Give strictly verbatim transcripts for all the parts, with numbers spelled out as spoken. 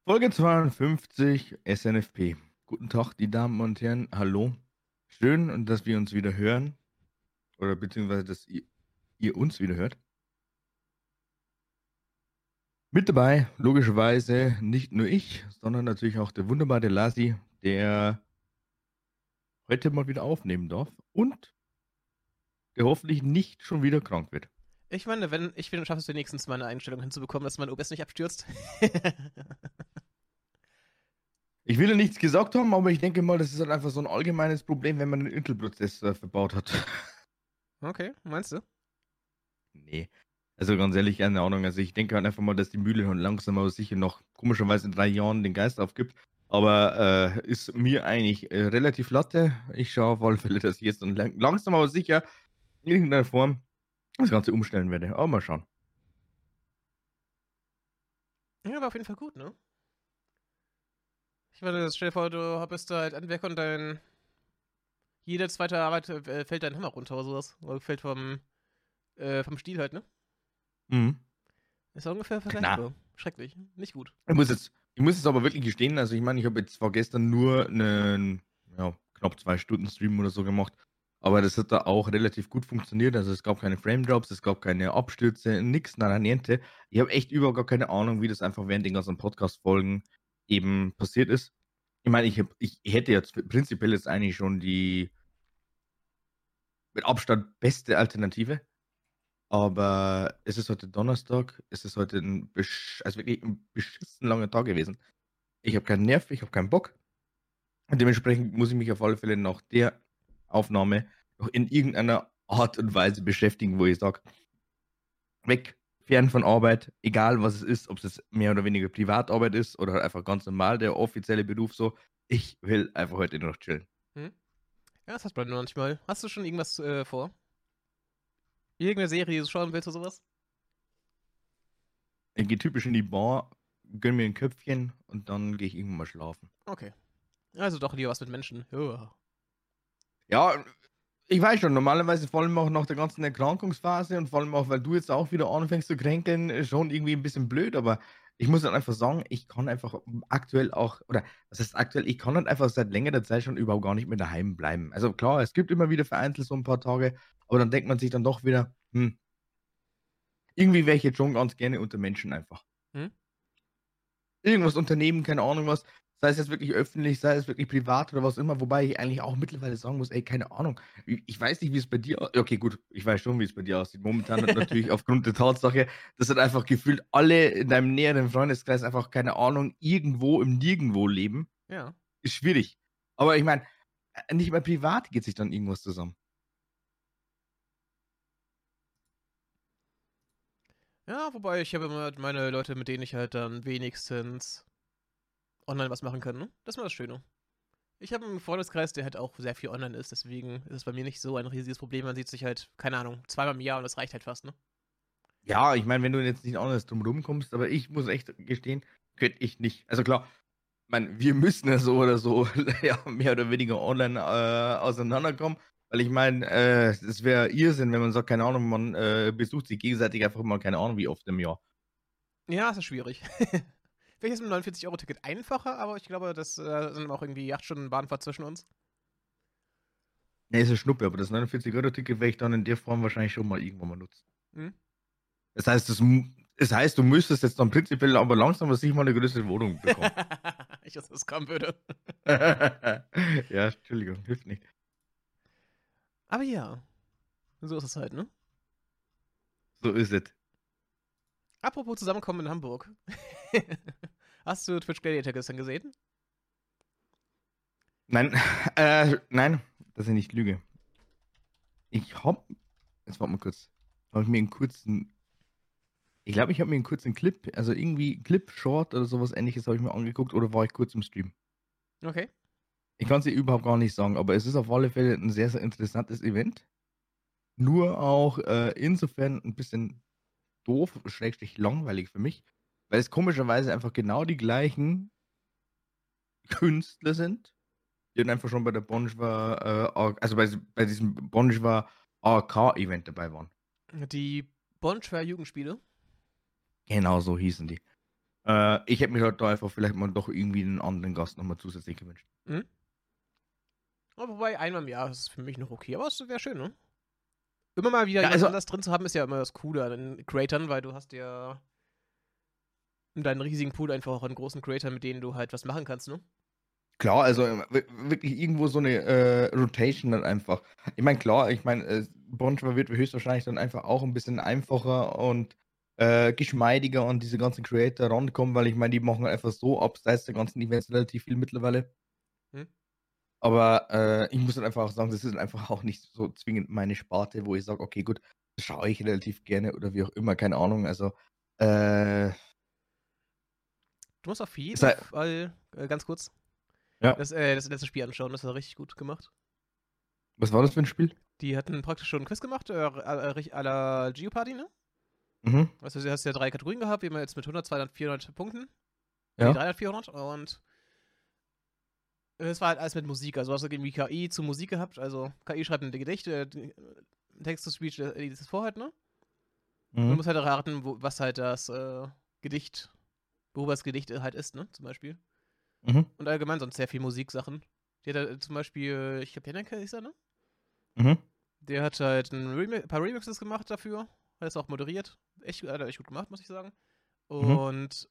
Folge zweiundfünfzig S N F P. Guten Tag, die Damen und Herren. Hallo. Schön, und dass wir uns wieder hören. Oder beziehungsweise, dass ihr, ihr uns wieder hört. Mit dabei, logischerweise, nicht nur ich, sondern natürlich auch der wunderbare Lasi, der heute mal wieder aufnehmen darf und der hoffentlich nicht schon wieder krank wird. Ich meine, wenn ich bin, schaffe es wenigstens mal eine Einstellung hinzubekommen, dass mein O B S nicht abstürzt. Ich will ja nichts gesagt haben, aber ich denke mal, das ist halt einfach so ein allgemeines Problem, wenn man einen Intel-Prozessor verbaut hat. Okay, meinst du? Nee. Also ganz ehrlich, keine Ahnung. Also ich denke halt einfach mal, dass die Mühle schon langsam aber sicher noch komischerweise in drei Jahren den Geist aufgibt. Aber äh, ist mir eigentlich äh, relativ latte. Ich schaue auf alle Fälle, dass ich jetzt dann lang langsam aber sicher in irgendeiner Form das Ganze umstellen werde. Aber mal schauen. Ja, aber auf jeden Fall gut, ne? Ich meine, stell dir vor, du bist da halt Handwerker und dein. Jede zweite Arbeit äh, fällt dein Hammer runter oder sowas. Oder fällt vom, äh, vom Stiel halt, ne? Mhm. Ist ja ungefähr Na, vergleichbar. Schrecklich. Nicht gut. ich muss jetzt, ich muss jetzt aber wirklich gestehen, also ich meine, ich habe jetzt zwar gestern nur einen, ja, knapp zwei Stunden Stream oder so gemacht, aber das hat da auch relativ gut funktioniert. Also es gab keine Frame Drops, es gab keine Abstürze, nix, nada niente. Ich habe echt überhaupt gar keine Ahnung, wie das einfach während den ganzen Podcast-Folgen eben passiert ist. Ich meine, ich, hab, ich hätte jetzt prinzipiell jetzt eigentlich schon die mit Abstand beste Alternative, aber es ist heute Donnerstag, es ist heute ein, besch also wirklich ein beschissen langer Tag gewesen. Ich habe keinen Nerv, ich habe keinen Bock. Und dementsprechend muss ich mich auf alle Fälle nach der Aufnahme noch in irgendeiner Art und Weise beschäftigen, wo ich sage, weg, fern von Arbeit, egal was es ist, ob es mehr oder weniger Privatarbeit ist oder halt einfach ganz normal der offizielle Beruf so. Ich will einfach heute nur noch chillen. Hm? Ja, das hat man manchmal. Hast du schon irgendwas äh, vor? Irgendeine Serie, die du schauen willst oder sowas? Ich gehe typisch in die Bar, gönn mir ein Köpfchen und dann gehe ich irgendwann mal schlafen. Okay. Also doch lieber was mit Menschen. Ja. Ja, ich weiß schon, normalerweise vor allem auch nach der ganzen Erkrankungsphase und vor allem auch, weil du jetzt auch wieder anfängst zu kränkeln, äh, schon irgendwie ein bisschen blöd, aber ich muss dann einfach sagen, ich kann einfach aktuell auch, oder was heißt aktuell, ich kann halt einfach seit längerer Zeit schon überhaupt gar nicht mehr daheim bleiben. Also klar, es gibt immer wieder vereinzelt so ein paar Tage, aber dann denkt man sich dann doch wieder, hm, irgendwie wäre ich jetzt schon ganz gerne unter Menschen einfach. Hm? Irgendwas unternehmen, keine Ahnung was. Sei es jetzt wirklich öffentlich, sei es wirklich privat oder was immer, wobei ich eigentlich auch mittlerweile sagen muss, ey, keine Ahnung. Ich, ich weiß nicht, wie es bei dir aussieht. Okay, gut, ich weiß schon, wie es bei dir aussieht. Momentan hat natürlich aufgrund der Tatsache, dass halt einfach gefühlt alle in deinem näheren Freundeskreis einfach, keine Ahnung, irgendwo im Nirgendwo leben, Ja. ist schwierig. Aber ich meine, nicht mal privat geht sich dann irgendwas zusammen. Ja, wobei ich habe immer meine Leute, mit denen ich halt dann wenigstens online was machen kann, ne? Das ist mal das Schöne. Ich habe einen Freundeskreis, der halt auch sehr viel online ist, deswegen ist es bei mir nicht so ein riesiges Problem. Man sieht sich halt, keine Ahnung, zweimal im Jahr und das reicht halt fast, ne? Ja, ich meine, wenn du jetzt nicht anders drum rumkommst, aber ich muss echt gestehen, könnte ich nicht. Also klar, meine, wir müssen ja so oder so ja, mehr oder weniger online äh, auseinanderkommen. Weil ich meine, äh, es wäre Irrsinn, wenn man sagt, keine Ahnung, man äh, besucht sich gegenseitig einfach mal, keine Ahnung, wie oft im Jahr. Ja, ist schwierig. Vielleicht ist mit dem neunundvierzig-Euro-Ticket einfacher, aber ich glaube, das äh, sind auch irgendwie acht Stunden Bahnfahrt zwischen uns. Ne, ist ja Schnuppe, aber das neunundvierzig-Euro-Ticket werde ich dann in der Form wahrscheinlich schon mal irgendwann mal nutzen. Hm? Das heißt, das, mu- das heißt, du müsstest jetzt dann prinzipiell aber langsam, dass ich mal eine größere Wohnung bekomme. ich wusste, es kommen würde. Ja, Entschuldigung, hilft nicht. Aber ja, so ist es halt, ne? So ist es. Apropos Zusammenkommen in Hamburg. Hast du Twitch Gladiator gestern gesehen? Nein, äh, nein, dass ich nicht lüge. Ich hab, jetzt warte mal kurz, habe ich mir einen kurzen, ich glaube, ich habe mir einen kurzen Clip, also irgendwie Clip, Short oder sowas ähnliches habe ich mir angeguckt oder war ich kurz im Stream? Okay. Ich kann es dir überhaupt gar nicht sagen, aber es ist auf alle Fälle ein sehr, sehr interessantes Event. Nur auch äh, insofern ein bisschen doof, schrägstrich langweilig für mich, weil es komischerweise einfach genau die gleichen Künstler sind, die dann einfach schon bei der Bonjour, äh, also bei, bei diesem Bonjour A K-Event dabei waren. Die Bonfire Jugendspiele. Genau so hießen die. Äh, ich hätte mir halt da einfach vielleicht mal doch irgendwie 'nen anderen Gast noch mal zusätzlich gewünscht. Mhm. Ja, wobei einmal im Jahr ist für mich noch okay, aber es wäre schön, ne? Immer mal wieder Ja, jemand also anders drin zu haben, ist ja immer das Coole an den Creatern, weil du hast ja in deinen riesigen Pool einfach auch an großen Creatern, mit denen du halt was machen kannst, ne? klar, also, ähm, wir wirklich irgendwo so 'ne, äh, Rotation dann einfach. Ich meine, klar, ich meine, äh, Bonjour wird höchstwahrscheinlich dann einfach auch 'n bisschen einfacher und, äh, geschmeidiger an diese ganzen Creator rankommen, weil ich meine, die machen einfach so abseits der ganzen Events relativ viel mittlerweile. Mhm. Aber, äh, ich muss halt einfach auch sagen, das ist einfach auch nicht so zwingend meine Sparte, wo ich sage: „Okay, gut, das schaue ich relativ gerne“ oder wie auch immer, keine Ahnung. Also, äh Du musst auf ist jeden halt Fall, äh, ganz kurz, ja. das, äh das letzte Spiel anschauen, das war richtig gut gemacht. Was war das für 'n Spiel? Die hatten praktisch schon 'n Quiz gemacht, äh, äh, rich à la Jeopardy, ne? Mhm. Weißt du, du hast ja drei Kategorien gehabt, wie immer jetzt mit hundert, zweihundert, vierhundert Punkten. Ne, Ja. dreihundert, vierhundert und es war halt alles mit Musik. Also, hast du irgendwie K I zu Musik gehabt. Also, K I schreibt 'n Gedicht, äh, d Text-to-Speech, äh, liest es vor halt, ne? Und du Mhm. musst halt erraten, wo was halt das, äh, Gedicht worüber das Gedicht halt ist, ne, zum Beispiel. Mhm. Und allgemein sonst sehr viel Musiksachen. Die hat halt zum Beispiel, ich glaube, Janneke hieß er, ne? Mhm. Der hat halt 'n Remi paar Remixes gemacht dafür, hat das auch moderiert. Echt hat er echt gut gemacht, muss ich sagen. Mhm. Und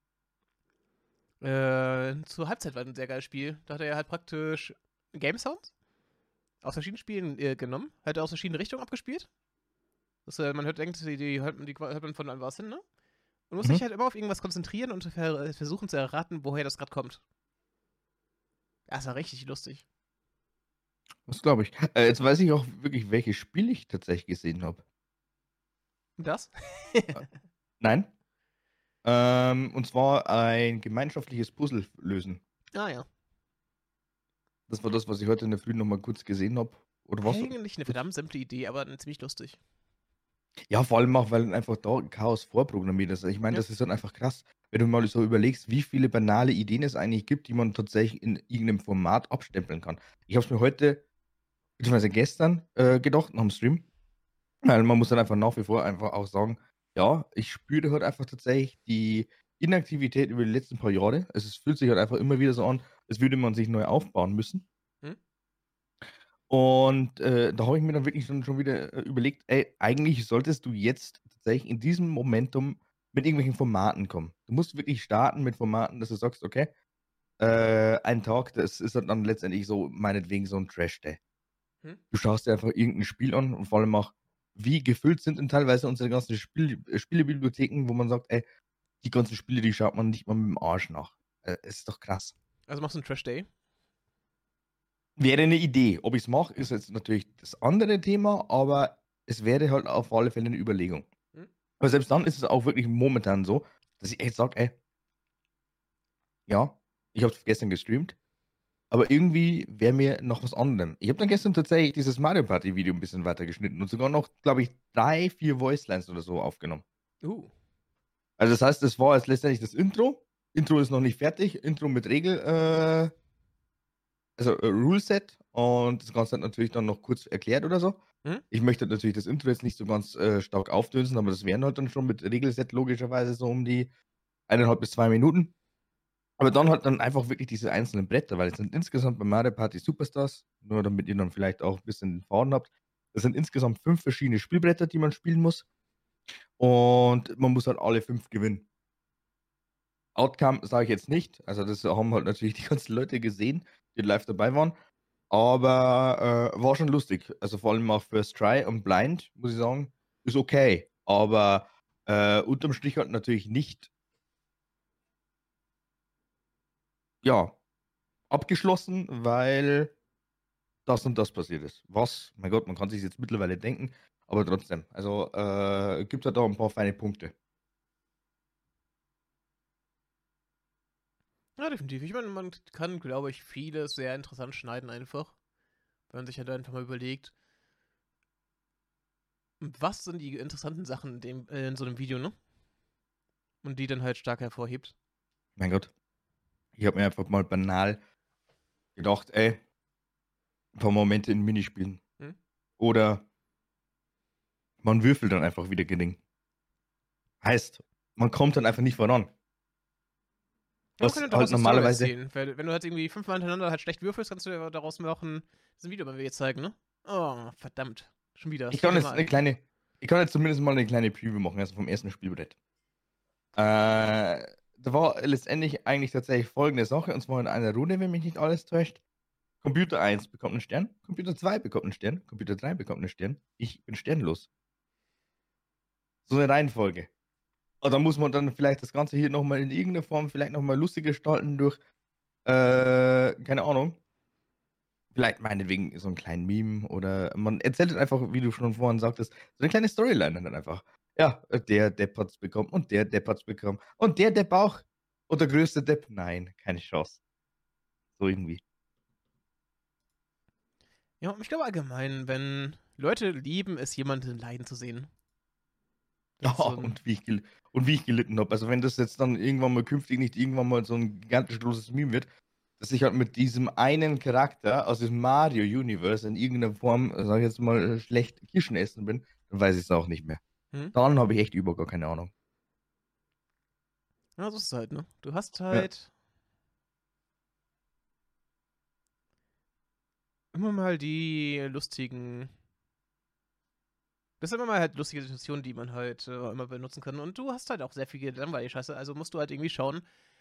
äh, zur Halbzeit war 'n sehr geiles Spiel. Da hat er halt praktisch Game Sounds aus verschiedenen Spielen, äh, genommen, halt aus verschiedenen Richtungen abgespielt. Dass, äh, man hört denkt, die die hört die hört man von woanders hin, ne? Und muss sich Mhm. halt immer auf irgendwas konzentrieren und ver versuchen zu erraten, woher das grad kommt. Das war richtig lustig. Das glaube ich. Äh, jetzt weiß ich auch wirklich, welches Spiel ich tatsächlich gesehen habe. Das? Äh, nein. Ähm, und zwar ein gemeinschaftliches Puzzle lösen. Ah ja. Das war das, was ich heute in der Früh noch mal kurz gesehen habe. Oder was Eigentlich 'ne kurz verdammt simple Idee, aber 'n ziemlich lustig. Ja, vor allem auch, weil einfach da Chaos vorprogrammiert ist. Ich meine, Ja. das ist dann einfach krass, wenn du mal so überlegst, wie viele banale Ideen es eigentlich gibt, die man tatsächlich in irgend 'nem Format abstempeln kann. Ich habe es mir heute beziehungsweise gestern, äh, gedacht nach'm Stream, weil man muss dann einfach nach wie vor einfach auch sagen, ja, ich spüre halt einfach tatsächlich die Inaktivität über die letzten paar Jahre. Also, es fühlt sich halt einfach immer wieder so an, als würde man sich neu aufbauen müssen. Mhm. Und, äh, da habe ich mir dann wirklich schon schon wieder, äh, überlegt: „Ey, eigentlich solltest du jetzt tatsächlich in diesem Momentum mit irgendwelchen Formaten kommen.“ Du musst wirklich starten mit Formaten, dass du sagst: „Okay, äh, ein Tag, das ist halt dann letztendlich so meinetwegen so 'n Trash-Day.“ Mhm. Du schaust dir einfach irgend 'n Spiel an und vor allem auch, wie gefüllt sind denn teilweise unsere ganzen Spiel äh, Spielebibliotheken, wo man sagt: „Ey, die ganzen Spiele, die schaut man nicht mal mit'm Arsch nach.“ Äh, ist doch krass. Also, machst du 'n Trash Day? Wäre 'ne Idee. Ob ich's mache, ist jetzt natürlich das andere Thema, aber es wäre halt auf alle Fälle 'ne Überlegung. Mhm. Aber selbst dann ist es auch wirklich momentan so, dass ich echt sage: „Ey“ „ja, ich habe es gestern gestreamt, aber irgendwie wäre mir nach was anderem.“ Ich habe dann gestern tatsächlich dieses Mario Party Video 'n bisschen weiter geschnitten und sogar noch, glaube ich, drei, vier Voicelines oder so aufgenommen. Uh. Also, das heißt, das war jetzt letztendlich das Intro. Intro ist noch nicht fertig. Intro mit Regel äh also, äh, Rule Set und das Ganze halt natürlich dann noch kurz erklärt oder so. Mhm. Ich möchte natürlich das Intro jetzt nicht so ganz, äh, stark aufdröseln, aber das wären halt dann schon mit Regelset logischerweise so um die eineinhalb bis zwei Minuten. Aber dann halt dann einfach wirklich diese einzelnen Bretter, weil es sind insgesamt bei Mario Party Superstars, nur damit ihr dann vielleicht auch 'n bisschen den Faden habt. Das sind insgesamt fünf verschiedene Spielbretter, die man spielen muss. Und man muss halt alle fünf gewinnen. Outcome sage ich jetzt nicht. Also, das haben halt natürlich die ganzen Leute gesehen, die live dabei waren. Aber, äh, war schon lustig. Also, vor allem auch First Try und Blind, muss ich sagen, ist okay. Aber, äh, unterm Strich halt natürlich nicht ja, abgeschlossen, weil das und das passiert ist. Was? Mein Gott, man kann sich's jetzt mittlerweile denken, aber trotzdem. Also, äh, gibt halt da 'n paar feine Punkte. Ja, definitiv. Ich meine, man kann, glaube ich, vieles sehr interessant schneiden einfach, wenn man sich halt einfach mal überlegt was sind die interessanten Sachen in dem äh, in so 'nem Video, ne? Und die dann halt stark hervorhebt. Mein Gott. Ich habe mir einfach mal banal gedacht: „Ey“ paar Momente in Minispielen. Mhm. Oder man würfelt dann einfach wieder Geding. Heißt, man kommt dann einfach nicht voran. Ja, man Was könnte halt daraus eine Story normalerweise. erzählen. Weil, wenn du halt irgendwie fünfmal hintereinander halt schlecht würfelst, kannst du ja daraus machen, das ist ein Video, wenn wir jetzt zeigen, ne? Oh, verdammt. Schon wieder, das Ich kann vierte jetzt eine Mal. kleine. Ich kann jetzt zumindest mal eine kleine Preview machen, also vom ersten Spielbrett. Äh, da war letztendlich eigentlich tatsächlich folgende Sache, und zwar in einer Runde, wenn mich nicht alles täuscht. Computer eins bekommt einen Stern, Computer zwei bekommt einen Stern, Computer drei bekommt einen Stern, ich bin sternlos. So eine Reihenfolge. Und da muss man dann vielleicht das Ganze hier nochmal in irgendeiner Form vielleicht nochmal lustig gestalten durch, äh, keine Ahnung, vielleicht meinetwegen so einen kleinen Meme oder man erzählt halt einfach, wie du schon vorhin sagtest, so eine kleine Storyline dann einfach. Ja, äh, der Depp hat's bekommen und der Depp hat's bekommen und der Depp auch. Und der größte Depp, nein, keine Chance. So irgendwie. Ja, und ich glaube allgemein, wenn Leute lieben es, jemanden leiden zu sehen. Das Ja, ist so ein. und wie ich, gel und wie ich gelitten habe. Also wenn das jetzt dann irgendwann mal künftig nicht irgendwann mal so ein gigantisch großes Meme wird, dass ich halt mit diesem einen Charakter aus diesem Mario Universe in irgendeiner Form, sag ich jetzt mal, äh, schlecht Kirschen essen bin, dann weiß ich es auch nicht mehr. Hm? Dann habe ich echt über gar keine Ahnung. Ja, so ist es halt, ne? Du hast Ja. halt immer mal die lustigen. Das sind immer mal halt lustige Situationen, die man halt äh, immer benutzen kann. Und du hast halt auch sehr viel langweilige Scheiße. Also musst du halt irgendwie schauen,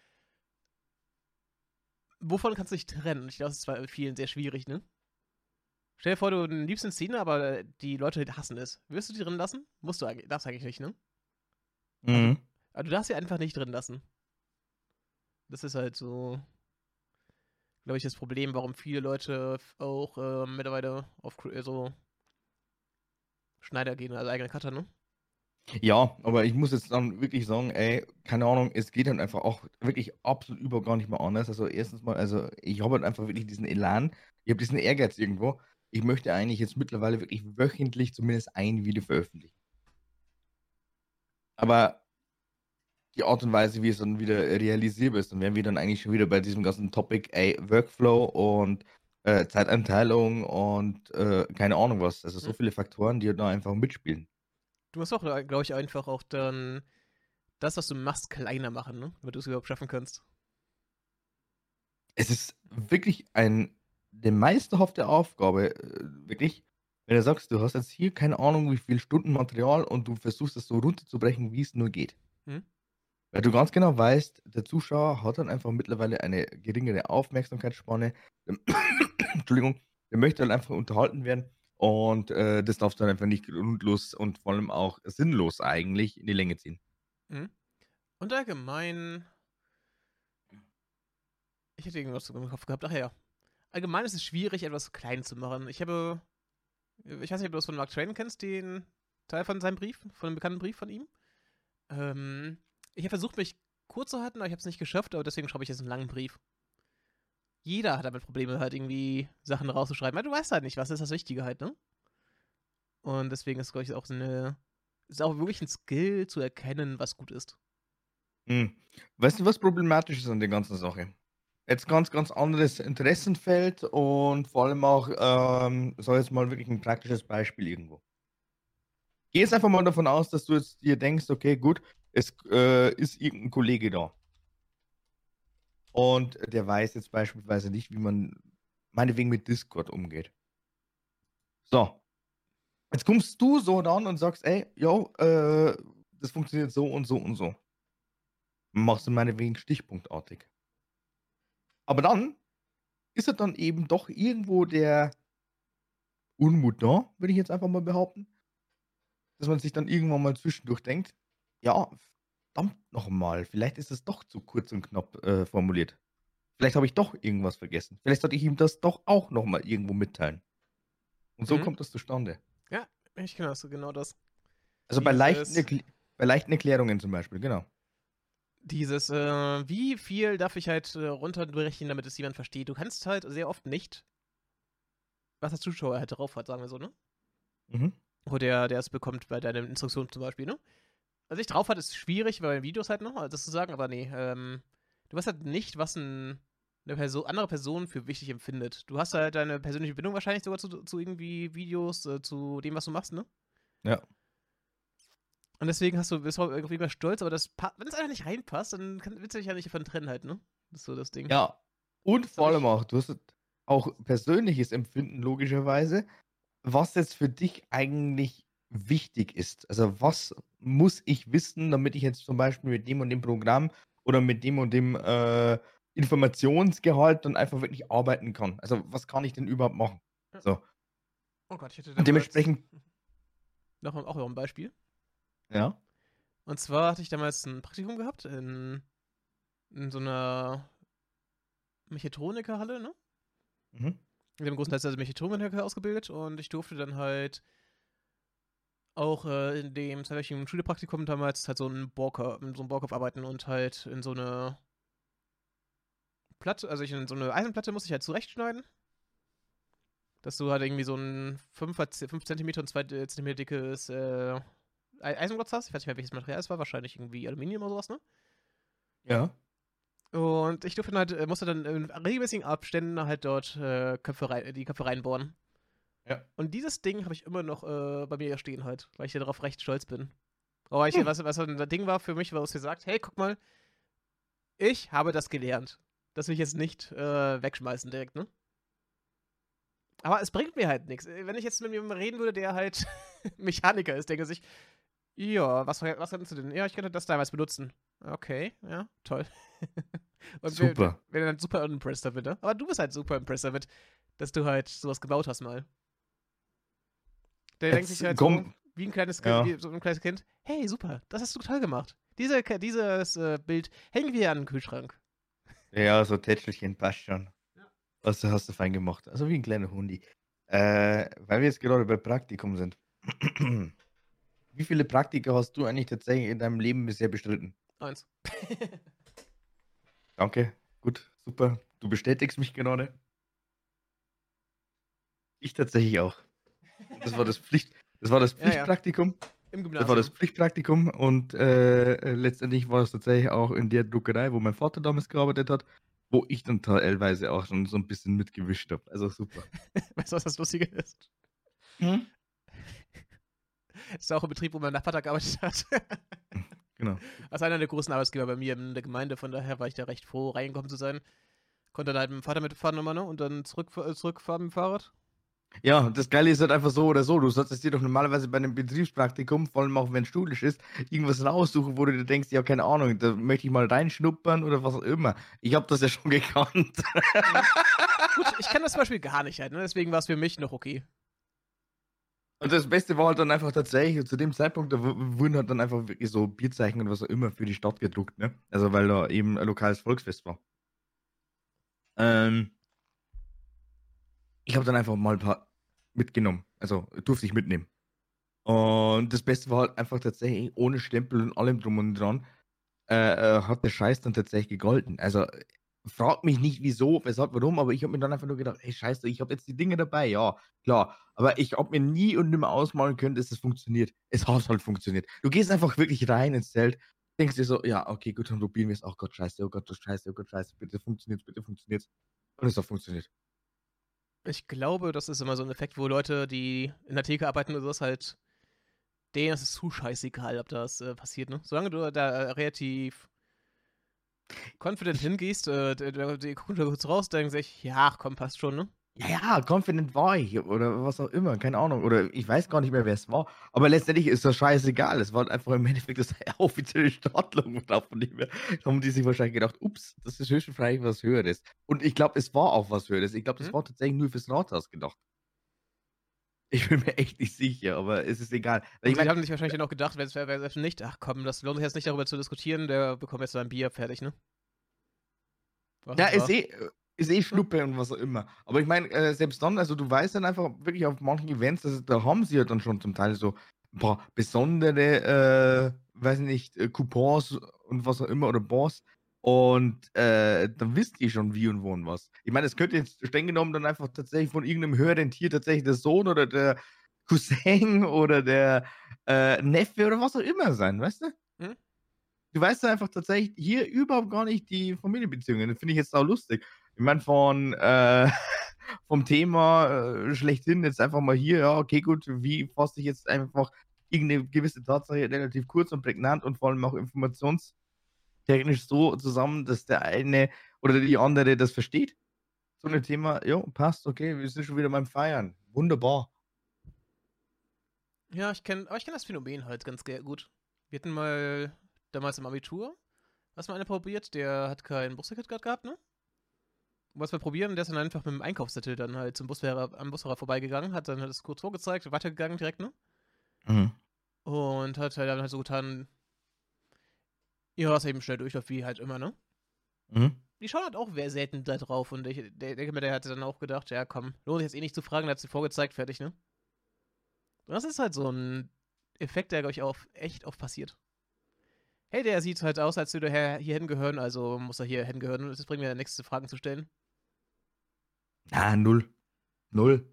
wovon kannst du dich trennen? Und ich glaube, das ist bei vielen sehr schwierig, ne? Stell dir vor, du liebst eine Szene, aber die Leute hassen es. Wirst du die drin lassen? Musst du eigentlich, darfst eigentlich nicht, ne? Aber du, Mhm. aber du darfst sie einfach nicht drin lassen. Das ist halt so, glaube ich, das Problem, warum viele Leute auch äh, mittlerweile auf Cre- äh, so Schneider gehen, also eigene Cutter, ne? Ja, aber ich muss jetzt dann wirklich sagen, ey, keine Ahnung, es geht dann einfach auch wirklich absolut über gar nicht mehr anders. Also erstens mal, also ich habe halt einfach wirklich diesen Elan, ich habe diesen Ehrgeiz irgendwo. Ich möchte eigentlich jetzt mittlerweile wirklich wöchentlich zumindest ein Video veröffentlichen. Aber die Art und Weise, wie es dann wieder realisierbar ist, dann wären wir dann eigentlich schon wieder bei diesem ganzen Topic, ey, Workflow und äh, Zeiteinteilung und äh, keine Ahnung was. Also so Hm. viele Faktoren, die da einfach mitspielen. Du musst auch, glaube ich, einfach auch dann das, was du machst, kleiner machen, ne? Damit du es überhaupt schaffen kannst. Es ist wirklich ein, eine meisterhafte Aufgabe, äh, wirklich. Wenn du sagst, du hast jetzt hier keine Ahnung, wie viel Stunden Material und du versuchst es so runterzubrechen, wie es nur geht. Hm? Weil du ganz genau weißt, der Zuschauer hat dann einfach mittlerweile eine geringere Aufmerksamkeitsspanne. Entschuldigung, der möchte halt einfach unterhalten werden und äh, das darfst du dann einfach nicht grundlos und vor allem auch sinnlos eigentlich in die Länge ziehen. Hm? Und allgemein, ich hätte irgendwas im Kopf gehabt, ach ja. Allgemein ist es schwierig, etwas klein zu machen. Ich habe, ich weiß nicht, ob du das von Mark Twain kennst, den Teil von seinem Brief, von einem bekannten Brief von ihm. Ähm, ich habe versucht, mich kurz zu halten, aber ich habe es nicht geschafft, aber deswegen schreibe ich jetzt einen langen Brief. Jeder hat damit Probleme, halt irgendwie Sachen rauszuschreiben. Weil du weißt halt nicht, was ist das Wichtige halt, ne? Und deswegen ist, glaube ich, auch so eine. Ist auch wirklich ein Skill zu erkennen, was gut ist. Hm. Weißt du, was problematisch ist an der ganzen Sache? Jetzt ganz, ganz anderes Interessenfeld und vor allem auch, ähm, sag jetzt mal wirklich ein praktisches Beispiel irgendwo. Geh jetzt einfach mal davon aus, dass du jetzt dir denkst, okay, gut, es äh, ist irgendein Kollege da. Und der weiß jetzt beispielsweise nicht, wie man meinetwegen mit Discord umgeht. So, jetzt kommst du so dann und sagst, ey, yo, äh, das funktioniert so und so und so. Machst du meinetwegen stichpunktartig. Aber dann ist es dann eben doch irgendwo der Unmut da, würde ich jetzt einfach mal behaupten, dass man sich dann irgendwann mal zwischendurch denkt, ja, verdammt noch mal, vielleicht ist es doch zu kurz und knapp äh, formuliert. Vielleicht habe ich doch irgendwas vergessen. Vielleicht sollte ich ihm das doch auch noch mal irgendwo mitteilen. Und so Mhm. kommt das zustande. Ja, ich kenne das, genau das. Also bei leichten, Dieses, Erkl bei leichten Erklärungen zum Beispiel, genau. dieses, äh, wie viel darf ich halt äh, runterbrechen, damit es jemand versteht? Du kannst halt sehr oft nicht, was der Zuschauer halt drauf hat, sagen wir so, ne? Mhm. Oder der, der es bekommt bei deinen Instruktionen zum Beispiel, ne? Was ich drauf hat, ist schwierig, bei Videos halt noch, also das zu sagen, aber nee, ähm, du weißt halt nicht, was ein, eine Person, andere Person für wichtig empfindet. Du hast halt deine persönliche Bindung wahrscheinlich sogar zu, zu irgendwie Videos, äh, zu dem, was du machst, ne? Ja. Und deswegen hast du bist du irgendwie mal stolz, aber das pa wenn es einfach nicht reinpasst, dann kann willst du dich ja nicht davon trennen halt, ne? Das ist so das Ding. Ja, und Das habe vor allem ich auch, du hast halt auch persönliches Empfinden logischerweise, was jetzt für dich eigentlich wichtig ist. Also, was muss ich wissen, damit ich jetzt zum Beispiel mit dem und dem Programm oder mit dem und dem, äh, Informationsgehalt dann einfach wirklich arbeiten kann? Also, was kann ich denn überhaupt machen? ja. So. Oh Gott, ich hätte Und damals dementsprechend noch auch noch 'n Beispiel. ja, Und zwar hatte ich damals 'n Praktikum gehabt in in so 'ner Mechatronikerhalle, ne? mhm, Wir haben größtenteils als Mechatroniker ausgebildet und ich durfte dann halt auch, äh, in dem zweiwöchigen Schülerpraktikum damals halt so 'n Bohrkor so 'n Bohrkopf arbeiten und halt in so 'ne Platte also ich in so 'ne Eisenplatte musste ich halt zurechtschneiden, dass du halt irgendwie so 'n fünfer fünf Zentimeter und zwei äh, Zentimeter dickes, äh, Ei Eisenklotz hast. Ich weiß nicht mehr, welches Material es war, wahrscheinlich irgendwie Aluminium oder so was, ne? ja, Und ich durfte dann halt äh, musste dann in regelmäßigen Abständen halt dort, äh, Köpfe rei die Köpfe reinbohren. ja. Und dieses Ding habe ich immer noch, äh, bei mir hier stehen halt, weil ich darauf recht stolz bin. Aber ich Hm, was was ein Ding war für mich, was gesagt: „Hey, guck mal, ich habe das gelernt.“ Das will ich jetzt nicht, äh, wegschmeißen direkt, ne? Aber es bringt mir halt nix. Äh, wenn ich jetzt mit jemandem reden würde, der halt Mechaniker ist, denkt er sich: „Ja, was was kannst du denn?“ „Ja, ich könnte das damals benutzen.“ „Okay, ja, toll.“ Und wer super. wäre dann super unimpressed damit, ne? Aber du bist halt super impressed damit, dass du halt so was gebaut hast mal. Der denkt sich Jetzt halt so, komm wie 'n kleines Kind ja, wie so 'n kleines Kind: „Hey, super, das hast du toll gemacht. Diese Ka dieses, äh, Bild hängen wir an 'n Kühlschrank.“ ja, so Tätschelchen passt schon. Ja. Hast du hast du fein gemacht. Also, wie 'n kleiner Hundi. Äh, weil wir jetzt gerade bei Praktikum sind. Wie viele Praktika hast du eigentlich tatsächlich in deinem Leben bisher bestritten? eins. Danke, gut, super. Du bestätigst mich gerade. Ich tatsächlich auch. Das war das Pflicht das war das Ja, ja, Pflichtpraktikum. im Das war das Gymnasium. Pflichtpraktikum und, äh, äh, letztendlich war es tatsächlich auch in der Druckerei, wo mein Vater damals gearbeitet hat, wo ich dann teilweise auch schon so 'n bisschen mitgewischt habe. Also, super. Weißt du, was das Lustige ist? Mhm. Das ist auch 'n Betrieb, wo mein Vater gearbeitet hat. Genau. Das ist einer der großen Arbeitgeber bei mir in der Gemeinde, von daher war ich da recht froh, reingekommen zu sein. Konnte dann halt mit'm Vater mitfahren immer, ne, und dann zurück äh, zurückfahren mit'm Fahrrad. Ja, das Geile ist halt einfach so oder so. Du solltest dir doch normalerweise bei 'nem Betriebspraktikum, vor allem auch wenn's schulisch ist, irgendwas raussuchen, wo du dir denkst: „Ja, keine Ahnung, da möchte ich mal reinschnuppern“ oder was auch immer. Ich habe das ja schon gekannt. Mhm. Gut, ich kann das zum Beispiel gar nicht halt, ne, deswegen war's für mich noch okay. Und das Beste war halt dann einfach tatsächlich zu dem Zeitpunkt, da wu wurden halt dann einfach wirklich so Bierzeichen und was auch immer für die Stadt gedruckt, ne? Also, weil da eben ein lokales Volksfest war. Ähm, ich habe dann einfach mal 'n paar mitgenommen. Also, durfte ich mitnehmen. Und das Beste war halt einfach tatsächlich ohne Stempel und allem drum und dran, äh, äh, hat der Scheiß dann tatsächlich gegolten. Also, äh, frag mich nicht wieso, weshalb, warum, aber ich habe mir dann einfach nur gedacht: „Ey, scheiße, ich habe jetzt die Dinge dabei, ja, klar.“ Aber ich habe mir nie und nimmer ausmalen können, dass es funktioniert. Es hat halt funktioniert. Du gehst einfach wirklich rein ins Zelt, denkst dir so: „Ja, okay, gut, dann probieren wir's. Oh Gott, scheiße, oh Gott, oh scheiße, oh Gott, scheiße, bitte funktioniert's, bitte funktioniert's.“ Und es hat funktioniert. Ich glaube, das ist immer so 'n Effekt, wo Leute, die in der Theke arbeiten oder so was halt denen ist es zu scheißegal, ob das, äh, passiert, ne? Solange du da, äh, relativ confident Ich hingehst, äh, d d die gucken da kurz raus, denken sich: „Ja, ach komm, passt schon“, ne? Ja, ja, confident war ich oder was auch immer, keine Ahnung. Oder ich weiß gar nicht mehr, wer's war. Aber letztendlich ist das scheißegal. Es war halt einfach im Endeffekt das offizielle Startlogo davon nicht mehr. Da haben die sich wahrscheinlich gedacht: „Ups, das ist höchstwahrscheinlich was Höheres.“ Und ich glaube, es war auch was Höheres. Ich glaube, das Mhm. war tatsächlich nur fürs Rathaus gedacht. Ich bin mir echt nicht sicher, aber es ist egal. Weil Und ich sie meine haben sich wahrscheinlich dann auch gedacht, wenn's wer wer selbst nicht: „Ach komm, das lohnt sich jetzt nicht darüber zu diskutieren, der bekommt jetzt sein Bier, fertig“, ne? Was ja, es ist war. eh äh, ist eh Ne? Schnuppe und was auch immer. Aber ich meine, äh, selbst dann, also du weißt dann einfach wirklich auf manchen Events, dass da haben sie ja dann schon zum Teil so 'n paar besondere, äh, weiß ich nicht, äh, Coupons und was auch immer oder Bons und, äh, dann wisst ihr schon wie und wo und was. Ich meine, es könnte jetzt streng genommen dann einfach tatsächlich von irgend 'nem höheren Tier tatsächlich der Sohn oder der Cousin oder der, äh, Neffe oder was auch immer sein, weißt du? Mhm. Du weißt ja einfach tatsächlich hier überhaupt gar nicht die Familienbeziehungen. Das finde ich jetzt saulustig. Ich meine, von, äh vom Thema, äh, schlechthin jetzt einfach mal hier, ja, okay, gut, wie fasse ich jetzt einfach irgendeine gewisse Tatsache relativ kurz und prägnant und vor allem auch informationstechnisch so zusammen, dass der eine oder die andere das versteht. So 'ne Thema, jo, passt, okay, wir sind schon wieder beim Feiern. Wunderbar. Ja, ich kenne aber ich kenne das Phänomen halt ganz ge gut. Wir hatten mal damals im Abitur, hast mal einer probiert, der hat kein Busticket grad gehabt, ne? Wollt's mal probieren, der ist dann einfach mit dem Einkaufszettel dann halt zum Busfahrer am Busfahrer vorbeigegangen, hat dann halt das kurz vorgezeigt, weitergegangen direkt, ne? Mhm. Und hat halt dann halt so getan ja, dass er eben schnell durchläuft, wie halt immer, ne? Mhm. Die schauen halt auch sehr selten da drauf und ich de denke mir, der hatte dann auch gedacht: „Ja komm, lohnt sich jetzt eh nicht zu fragen, der hat's dir vorgezeigt, fertig“, ne? Und das ist halt so 'n Effekt, der, glaube ich, auch echt oft passiert. „Hey, der sieht halt aus, als würde er hier hingehören, also muss er hier hingehören und es bringt mir nix, Fragen zu stellen.“ Ah, null. Null.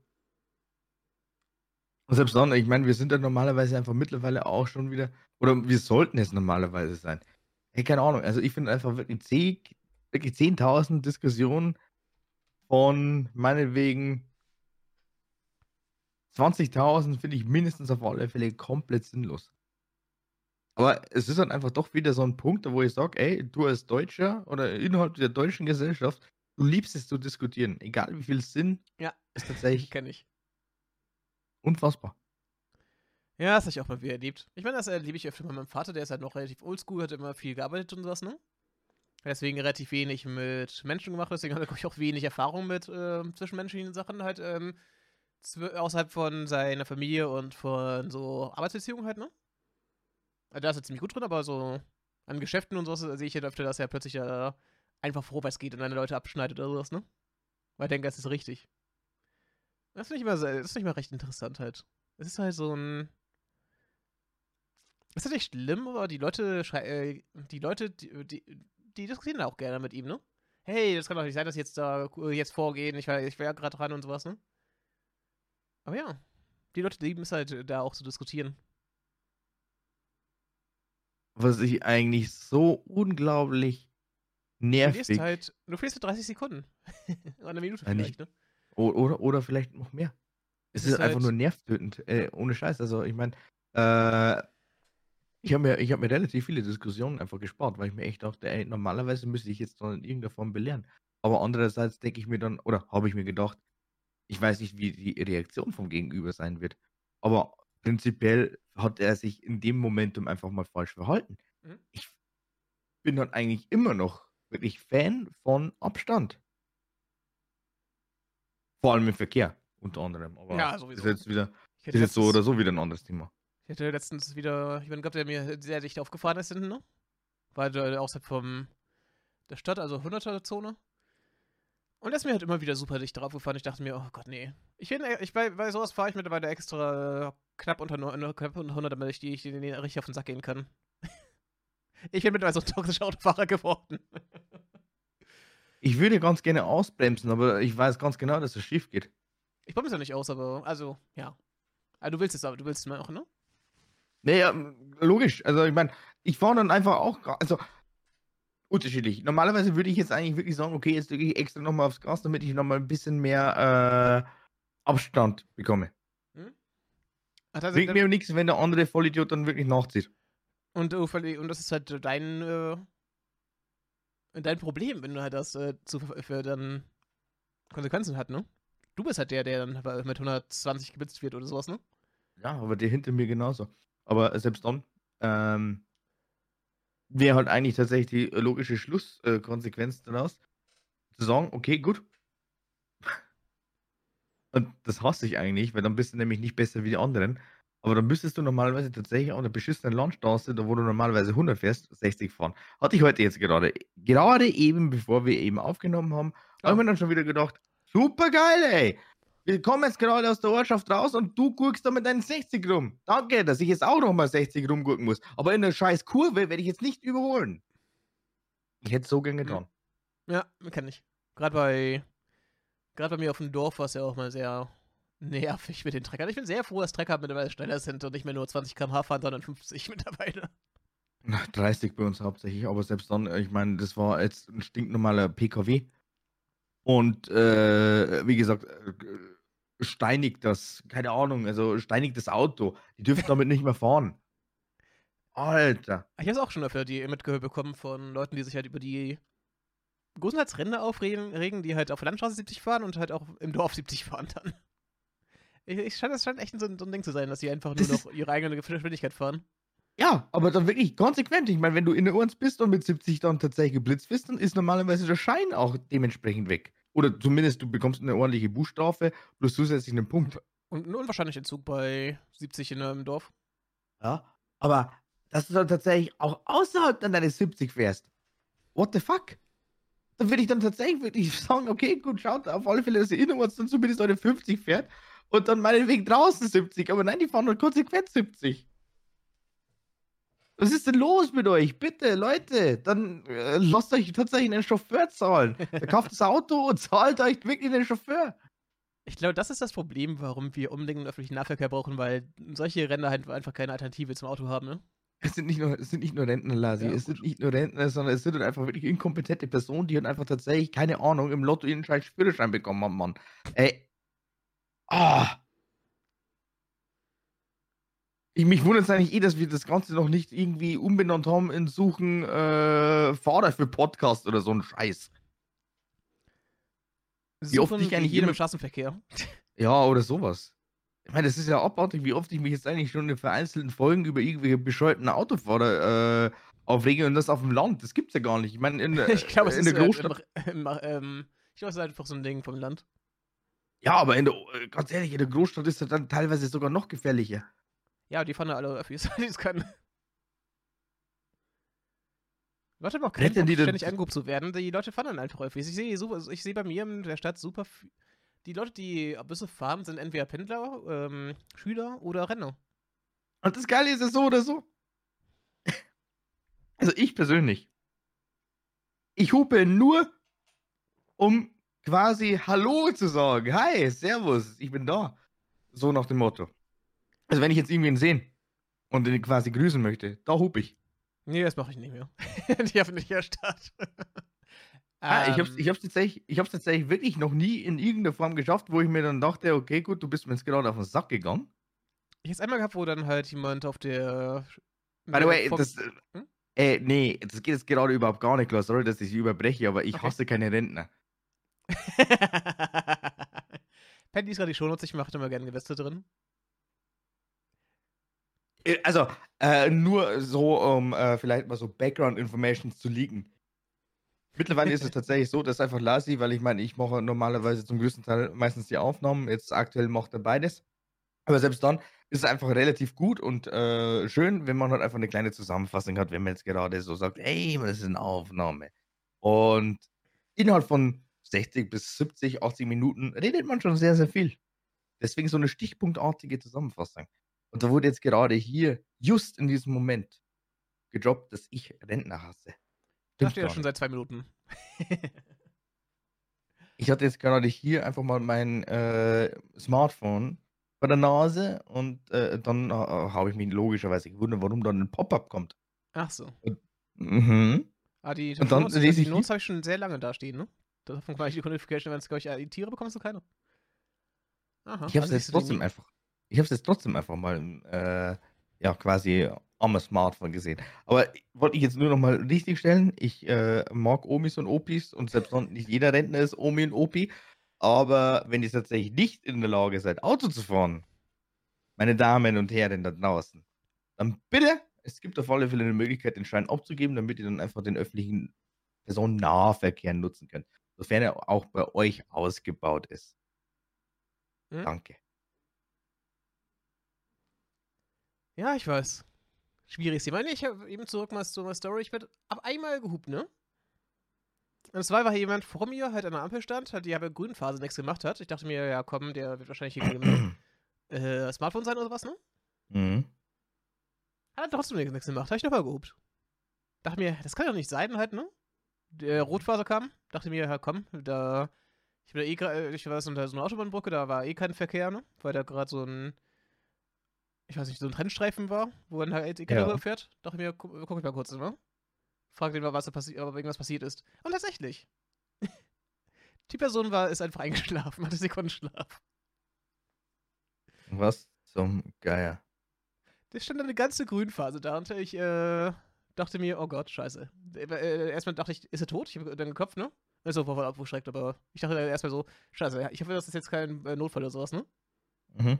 Und selbst dann, ich meine, wir sind ja normalerweise einfach mittlerweile auch schon wieder oder wir sollten es normalerweise sein. Hey, keine Ahnung, also ich finde einfach wirklich zig wirklich zehntausend Diskussionen von meinetwegen zwanzigtausend finde ich mindestens auf alle Fälle komplett sinnlos. Aber es ist dann einfach doch wieder so 'n Punkt, wo ich sage: „Ey, du als Deutscher oder innerhalb der deutschen Gesellschaft, du liebst es zu diskutieren, egal wie viel Sinn Ja, es tatsächlich“ kenne ich. Unfassbar. Ja, das habe ich auch mal wieder erlebt. Ich meine, das erlebe ich öfter bei meinem Vater, der ist halt noch relativ oldschool, hat immer viel gearbeitet und so was, ne? Deswegen relativ wenig mit Menschen gemacht, deswegen hat er, glaube ich, auch wenig Erfahrung mit, ähm, zwischenmenschlichen Sachen halt, ähm, zw außerhalb von seiner Familie und von so Arbeitsbeziehungen halt, ne? Ah, da ist er ziemlich gut drin, aber so an Geschäften und so was, äh, sehe ich halt öfter, dass er plötzlich, äh, einfach vorwärts geht und dann Leute abschneidet oder so was, ne? Weil er denkt, das ist richtig. Das finde ich immer sehr das finde ich immer recht interessant halt. Es ist halt so 'n ist halt nicht schlimm, aber die Leute schrei äh, die Leute, die die die diskutieren da auch gerne mit ihm, ne? „Hey, das kann doch nicht sein, dass Sie jetzt da k jetzt vorgehen. Ich war ich war ja grad dran“ und so was, ne? Aber ja, die Leute lieben es halt, da auch zu diskutieren. Was ich eigentlich so unglaublich Du verlierst nervig halt du verlierst halt dreißig Sekunden. Oder 'ne Minute Äh, nicht vielleicht, ne? o oder oder vielleicht noch mehr. Es Es ist ist einfach nur halt nervtötend, ja. äh, ohne Scheiß. Also, ich meine, äh, ich habe mir ich habe mir relativ viele Diskussionen einfach gespart, weil ich mir echt dachte: „Ey, normalerweise müsste ich jetzt da in irgend 'ner Form belehren.“ Aber andererseits denke ich mir dann oder habe ich mir gedacht, ich weiß nicht, wie die Reaktion vom Gegenüber sein wird, aber prinzipiell hat er sich in dem Momentum einfach mal falsch verhalten. Mhm. Ich bin dann eigentlich immer noch wirklich Fan von Abstand. Vor allem im Verkehr unter anderem, aber Ja, ist sowieso. jetzt wieder Ich hatte ist jetzt so letztens oder so wieder 'n anderes Thema. ich hatte letztens wieder jemanden gehabt, der mir sehr dicht aufgefahren ist hinten, ne? War da außerhalb vom der Stadt, also Hunderter-Zone. Und der ist mir halt immer wieder super dicht drauf gefahren. Ich dachte mir: „Oh Gott, ne.“ Ich finde, äh, ich bei bei so was fahre ich mittlerweile extra knapp unter neun ne, knapp unter hundert, damit ich die ich denen richtig auf 'n Sack gehen kann. Ich bin mittlerweile so 'n toxischer Autofahrer geworden. Ich würde ganz gerne ausbremsen, aber ich weiß ganz genau, dass es schiefgeht. Ich bremse ja nicht aus, aber also, ja. Ah, du willst es aber du willst es machen, ne? Na ja, hm, logisch. Also, ich meine, ich fahre dann einfach auch gra also unterschiedlich. Normalerweise würde ich jetzt eigentlich wirklich sagen: „Okay, jetzt drücke ich extra noch mal aufs Gas, damit ich noch mal 'n bisschen mehr, äh, Abstand bekomme.“ Mhm. Ach, da sind Bringt dann mir nix, wenn der andere Vollidiot dann wirklich nachzieht. Und du verli und das ist halt dein, äh dein Problem, wenn du halt das, äh, zu f für dann Konsequenzen hat, ne? Du bist halt der, der dann aber mit hundertzwanzig geblitzt wird oder so was, ne? Ja, aber der hinter mir genauso. Aber selbst dann, ähm wäre halt eigentlich tatsächlich die logische Schluss äh, Konsequenz daraus, zu sagen: „Okay, gut.“ Und das hasse ich eigentlich, weil dann bist du nämlich nicht besser wie die anderen. Aber dann müsstest du normalerweise tatsächlich auf 'ner beschissenen Landstraße, da wo du normalerweise hundert fährst, sechzig fahren. Hatte ich heute jetzt gerade. Gerade eben, bevor wir eben aufgenommen haben, habe ich Ah. mir dann schon wieder gedacht: „Supergeil, ey. Wir kommen jetzt gerade aus der Ortschaft raus und du gurkst da mit deinen sechzig rum. Danke, dass ich jetzt auch noch mal sechzig rumgurken muss. Aber in der scheiß Kurve werde ich jetzt nicht überholen.“ Ich hätte es so gern Mhm. getan. Ja, kenne ich. Grad bei grad bei mir aufm Dorf war's ja auch mal sehr nervig mit den Treckern. Ich bin sehr froh, dass Trecker mittlerweile schneller sind und nicht mehr nur zwanzig Kilometer pro Stunde fahren, sondern fünfzig mittlerweile. Na, dreißig bei uns hauptsächlich, aber selbst dann, äh, ich meine, das war jetzt 'n stinknormaler PKW. Und, äh, wie gesagt, äh, g steinigt das, keine Ahnung, also steinigt das Auto. Die dürfen damit nicht mehr fahren. Alter. Ich habe es auch schon öfter die mitbekommen von Leuten, die sich halt über die größtenteils Ränder aufregen, regen, die halt auf der Landstraße siebzig fahren und halt auch im Dorf siebzig fahren dann. Ich, ich scheint, das scheint echt so, ein- so ein Ding zu sein, dass die einfach nur Das ist, noch ihre eigene Geschwindigkeit fahren. ja, aber dann wirklich konsequent. Ich meine, wenn du in der Urns bist und mit siebzig dann tatsächlich geblitzt wirst, dann ist normalerweise der Schein auch dementsprechend weg. Oder zumindest du bekommst eine ordentliche Buchstrafe plus zusätzlich einen Punkt. Und ein Unwahrscheinlichkeitszug bei siebzig in einem Dorf. Ja, aber dass du dann tatsächlich auch außerhalb dann deines siebzig fährst. What the fuck? Dann würde ich dann tatsächlich wirklich sagen, okay, gut, schaut auf alle Fälle, dass ihr innerorts dann zumindest eine fünfzig fährt und dann meinetwegen draußen siebzig. Aber nein, die fahren halt konsequent siebzig. Was ist denn los mit euch? Bitte, Leute, dann äh, lasst euch tatsächlich einen Chauffeur zahlen. Verkauft das Auto und zahlt euch wirklich einen Chauffeur. Ich glaube, das ist das Problem, warum wir unbedingt einen öffentlichen Nahverkehr brauchen, weil solche Ränder halt einfach keine Alternative zum Auto haben, ne? Es sind nicht nur, es sind nicht nur Rentner, Lasi. Ja, Es gut. sind nicht nur Rentner, sondern es sind halt einfach wirklich inkompetente Personen, die halt einfach tatsächlich, keine Ahnung, im Lotto ihren scheiß Führerschein bekommen haben, Mann. Ey. Ah. Ich, mich wundert es eigentlich eh, dass wir das Ganze noch nicht irgendwie umbenannt haben in Suchen äh, Fahrer für Podcast oder so ein Scheiß. Wie oft Suchen ich wie eigentlich jedem immer. im Straßenverkehr. Ja, oder sowas. Ich meine, das ist ja abartig, wie oft ich mich jetzt eigentlich schon in vereinzelten Folgen über irgendwelche bescheuerten Autofahrer äh, aufrege und das auf dem Land. Das gibt's ja gar nicht. Ich meine, in, Ich glaube, äh, es in ist der äh, im, Großstadt. im, ähm, ich glaube, es ist einfach so ein Ding vom Land. Ja, aber in der, äh, ganz ehrlich, in der Großstadt ist das dann teilweise sogar noch gefährlicher. Ja, die fahren da alle Öffis, die es können. Leute haben auch keinen Retten Bock, die denn. ständig angehoben zu werden. Die Leute fahren dann einfach Öffis. Ich sehe super, ich sehe bei mir in der Stadt super f- die Leute, die Busse fahren, sind entweder Pendler, ähm, Schüler oder Rentner. Und das Geile ist ja so oder so. Also ich persönlich. Ich hupe nur, um quasi Hallo zu sagen. Hi, Servus, ich bin da. So nach dem Motto. Also wenn ich jetzt irgendwen sehe und den quasi grüßen möchte, da hupe ich. Nee, das mache ich nicht mehr. Die öffentliche Stadt. Ah, ich hab's, ähm, ich hab's tatsächlich, ich hab's tatsächlich wirklich noch nie in irgendeiner Form geschafft, wo ich mir dann dachte, okay, gut, du bist mir jetzt gerade auf den Sack gegangen. ich hab's einmal gehabt, wo dann halt jemand auf der. By the der way, vom, das, hm? äh, nee, das geht jetzt gerade überhaupt gar nicht klar. Sorry, dass ich sie überbreche, aber ich Okay. hasse keine Rentner. Paddy ist gerade die Shownotes, ich mache immer gerne Gewässer drin. Äh, Also, äh, nur so, um äh, vielleicht mal so Background-Informations zu leaken. Mittlerweile ist es tatsächlich so, dass einfach Lasi, weil ich meine, ich mache normalerweise zum größten Teil meistens die Aufnahmen, jetzt aktuell macht er beides. Aber selbst dann ist es einfach relativ gut und äh, schön, wenn man halt einfach eine kleine Zusammenfassung hat, wenn man jetzt gerade so sagt, ey, das ist eine Aufnahme. Und innerhalb von sechzig bis siebzig, achtzig Minuten redet man schon sehr, sehr viel. Deswegen so eine stichpunktartige Zusammenfassung. Und da wurde jetzt gerade hier, just in diesem Moment, gedroppt, dass ich Rentner hasse. Da Stimmt steht ja gar schon nicht. seit zwei Minuten. Ich hatte jetzt gerade hier einfach mal mein äh, Smartphone vor der Nase und äh, dann äh, habe ich mich logischerweise gewundert, warum dann ein Pop-up kommt. Ach so. Und, mhm. Ah, die Und dann Shownotes, die, lese die ich hier. Notes habe ich schon sehr lange da stehen, ne? Davon kann ich die Notification, wenn es, glaube ich, äh, Tiere bekommst du keine. Aha, Ich habe es also siehst jetzt du die trotzdem nie. einfach. Ich habe es jetzt trotzdem einfach mal äh, ja quasi am Smartphone gesehen. Aber wollte ich jetzt nur noch mal richtig stellen. Ich äh, mag Omis und Opis und selbst dann nicht jeder Rentner ist Omi und Opi. Aber wenn ihr tatsächlich nicht in der Lage seid, Auto zu fahren, meine Damen und Herren da draußen, dann bitte, es gibt auf alle Fälle eine Möglichkeit, den Schein abzugeben, damit ihr dann einfach den öffentlichen Personennahverkehr nutzen könnt. Sofern er auch bei euch ausgebaut ist. Hm? Danke. Ja, ich weiß. Schwieriges Thema. Nee, ich habe eben zurück mal zu meiner Story. Ich bin ab einmal gehupt, ne? Und zwar war hier jemand vor mir halt an der Ampel stand, halt die halbe Grünphase nichts gemacht hat. Ich dachte mir, ja komm, der wird wahrscheinlich irgendwie im äh, Smartphone sein oder was, ne? Mhm. Hat er trotzdem nichts gemacht. Habe ich nochmal gehupt. Dachte mir, das kann doch nicht sein, halt, ne? Der Rotphase kam. Dachte mir, ja komm, da. Ich bin da eh gerade, ich war unter so einer Autobahnbrücke, da war eh kein Verkehr, ne? Weil da gerade so ein, ich weiß nicht, so ein Trennstreifen war, wo dann halt eh keiner Ja. rüberfährt. Dachte mir, guck, guck ich mal kurz, ne? Frag den mal, was da passiert, ob irgendwas passiert ist. Und tatsächlich. Die Person war, ist einfach eingeschlafen, hatte Sekundenschlaf. Was zum Geier? Da stand dann eine ganze Grünphase da und ich äh, dachte mir, oh Gott, scheiße. Äh, äh, erstmal dachte ich, ist er tot? Ich habe dann den Kopf, ne? Ist so voll abgeschreckt, aber ich dachte erstmal so, scheiße, ja, ich hoffe, das ist jetzt kein äh, Notfall oder sowas, ne? Mhm.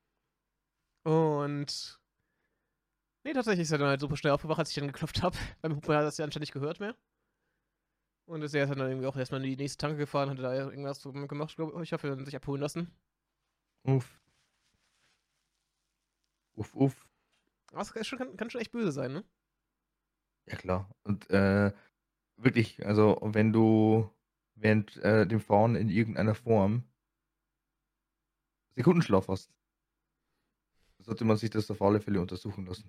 Und nee, tatsächlich ist er dann halt super schnell aufgewacht, als ich dann geklopft habe. Beim Hupen hat er das ja anscheinend nicht gehört mehr. Und ist er dann irgendwie auch erstmal in die nächste Tanke gefahren, hat da irgendwas so gemacht, glaube ich, hoffe, sich abholen lassen. Uff. Uff, uff. Aber es schon, kann, kann schon echt böse sein, ne? Ja, klar. Und äh, wirklich, also, wenn du während äh, dem Fahren in irgendeiner Form Sekundenschlaf hast, sollte man sich das auf alle Fälle untersuchen lassen.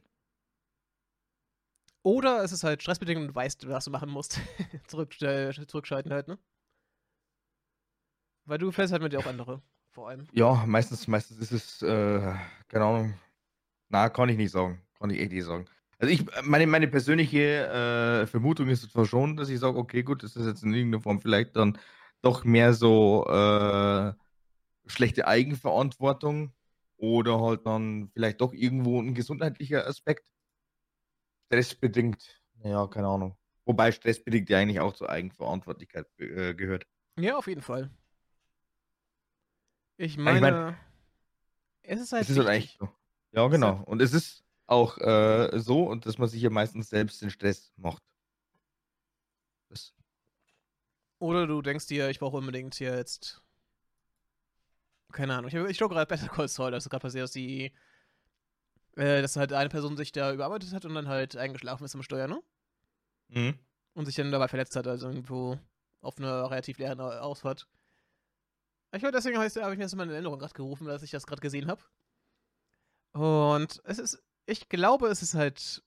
Oder es ist halt stressbedingt und du weißt, was du machen musst. Zurück, äh, zurückschalten halt, ne? Weil du fällst halt mit dir auch andere, vor allem. Ja, meistens, meistens ist es, äh, keine Ahnung. Na, kann ich nicht sagen. Kann ich echt nicht sagen. Also ich, meine, meine persönliche äh, Vermutung ist zwar schon, dass ich sage, okay, gut, das ist jetzt in irgendeiner Form vielleicht dann doch mehr so äh, schlechte Eigenverantwortung oder halt dann vielleicht doch irgendwo ein gesundheitlicher Aspekt. Stressbedingt, ja, keine Ahnung. Wobei stressbedingt ja eigentlich auch zur Eigenverantwortlichkeit äh, gehört. Ja, auf jeden Fall. Ich Ja, ich meine, meine, es ist es halt ist halt eigentlich wichtig. so. Ja, Es ist halt, genau. Und es ist auch äh, so, und dass man sich ja meistens selbst den Stress macht. Das, oder du denkst dir, ich brauche unbedingt hier jetzt. Keine Ahnung. Ich, ich schaue gerade Better Call Saul, das ist gerade passiert, dass die. Äh, dass halt eine Person sich da überarbeitet hat und dann halt eingeschlafen ist am Steuer, ne? mhm. Und sich dann dabei verletzt hat, also irgendwo auf einer relativ leeren Ausfahrt. Ich glaube, deswegen habe ich mir das in meine Erinnerung gerade gerufen, dass ich das gerade gesehen habe. Und es ist, ich glaube, es ist halt,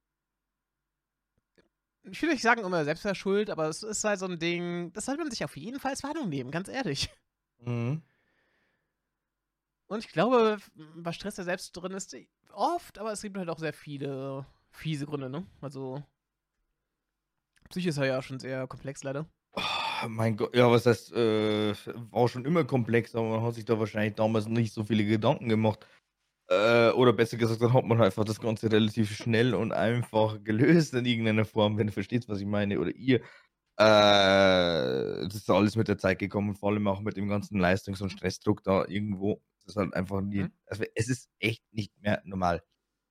ich will nicht sagen immer selbst verschuldet, aber es ist halt so ein Ding, das sollte man sich auf jeden Fall als Warnung nehmen, ganz ehrlich. Mhm. Und ich glaube, was Stress da selbst drin ist, oft, aber es gibt halt auch sehr viele fiese Gründe, ne? Also, Psyche ist ja schon sehr komplex, leider. Oh, mein Gott, ja, was heißt, äh, war schon immer komplex, aber man hat sich da wahrscheinlich damals nicht so viele Gedanken gemacht. Äh, oder besser gesagt, dann hat man einfach das Ganze relativ schnell und einfach gelöst in irgendeiner Form, wenn du verstehst, was ich meine, oder ihr. Äh, das ist alles mit der Zeit gekommen, vor allem auch mit dem ganzen Leistungs- und Stressdruck da irgendwo. Das ist halt einfach nie, Hm? also es ist echt nicht mehr normal.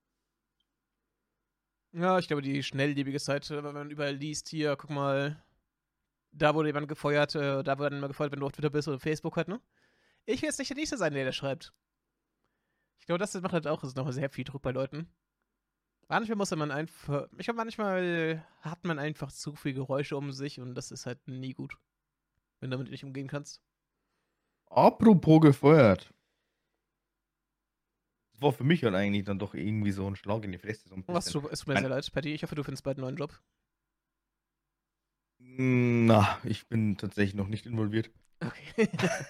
Ja, ich glaube, die schnelllebige Zeit, wenn man überall liest, hier, guck mal, da wurde jemand gefeuert, äh, da wurde jemand gefeuert, wenn du auf Twitter bist oder Facebook halt, ne? Ich will jetzt nicht der Nächste sein, der das schreibt. Ich glaube, das macht halt auch noch sehr viel Druck bei Leuten. Manchmal muss man einfach. Ich glaube, manchmal hat man einfach zu viele Geräusche um sich und das ist halt nie gut, wenn du damit nicht umgehen kannst. Apropos gefeuert. Das war für mich halt eigentlich dann doch irgendwie so ein Schlag in die Fresse, so ein Was bisschen. tut, es tut mir Mein, sehr leid, Patty. Ich hoffe, du findest bald einen neuen Job. na, ich bin tatsächlich noch nicht involviert. Okay.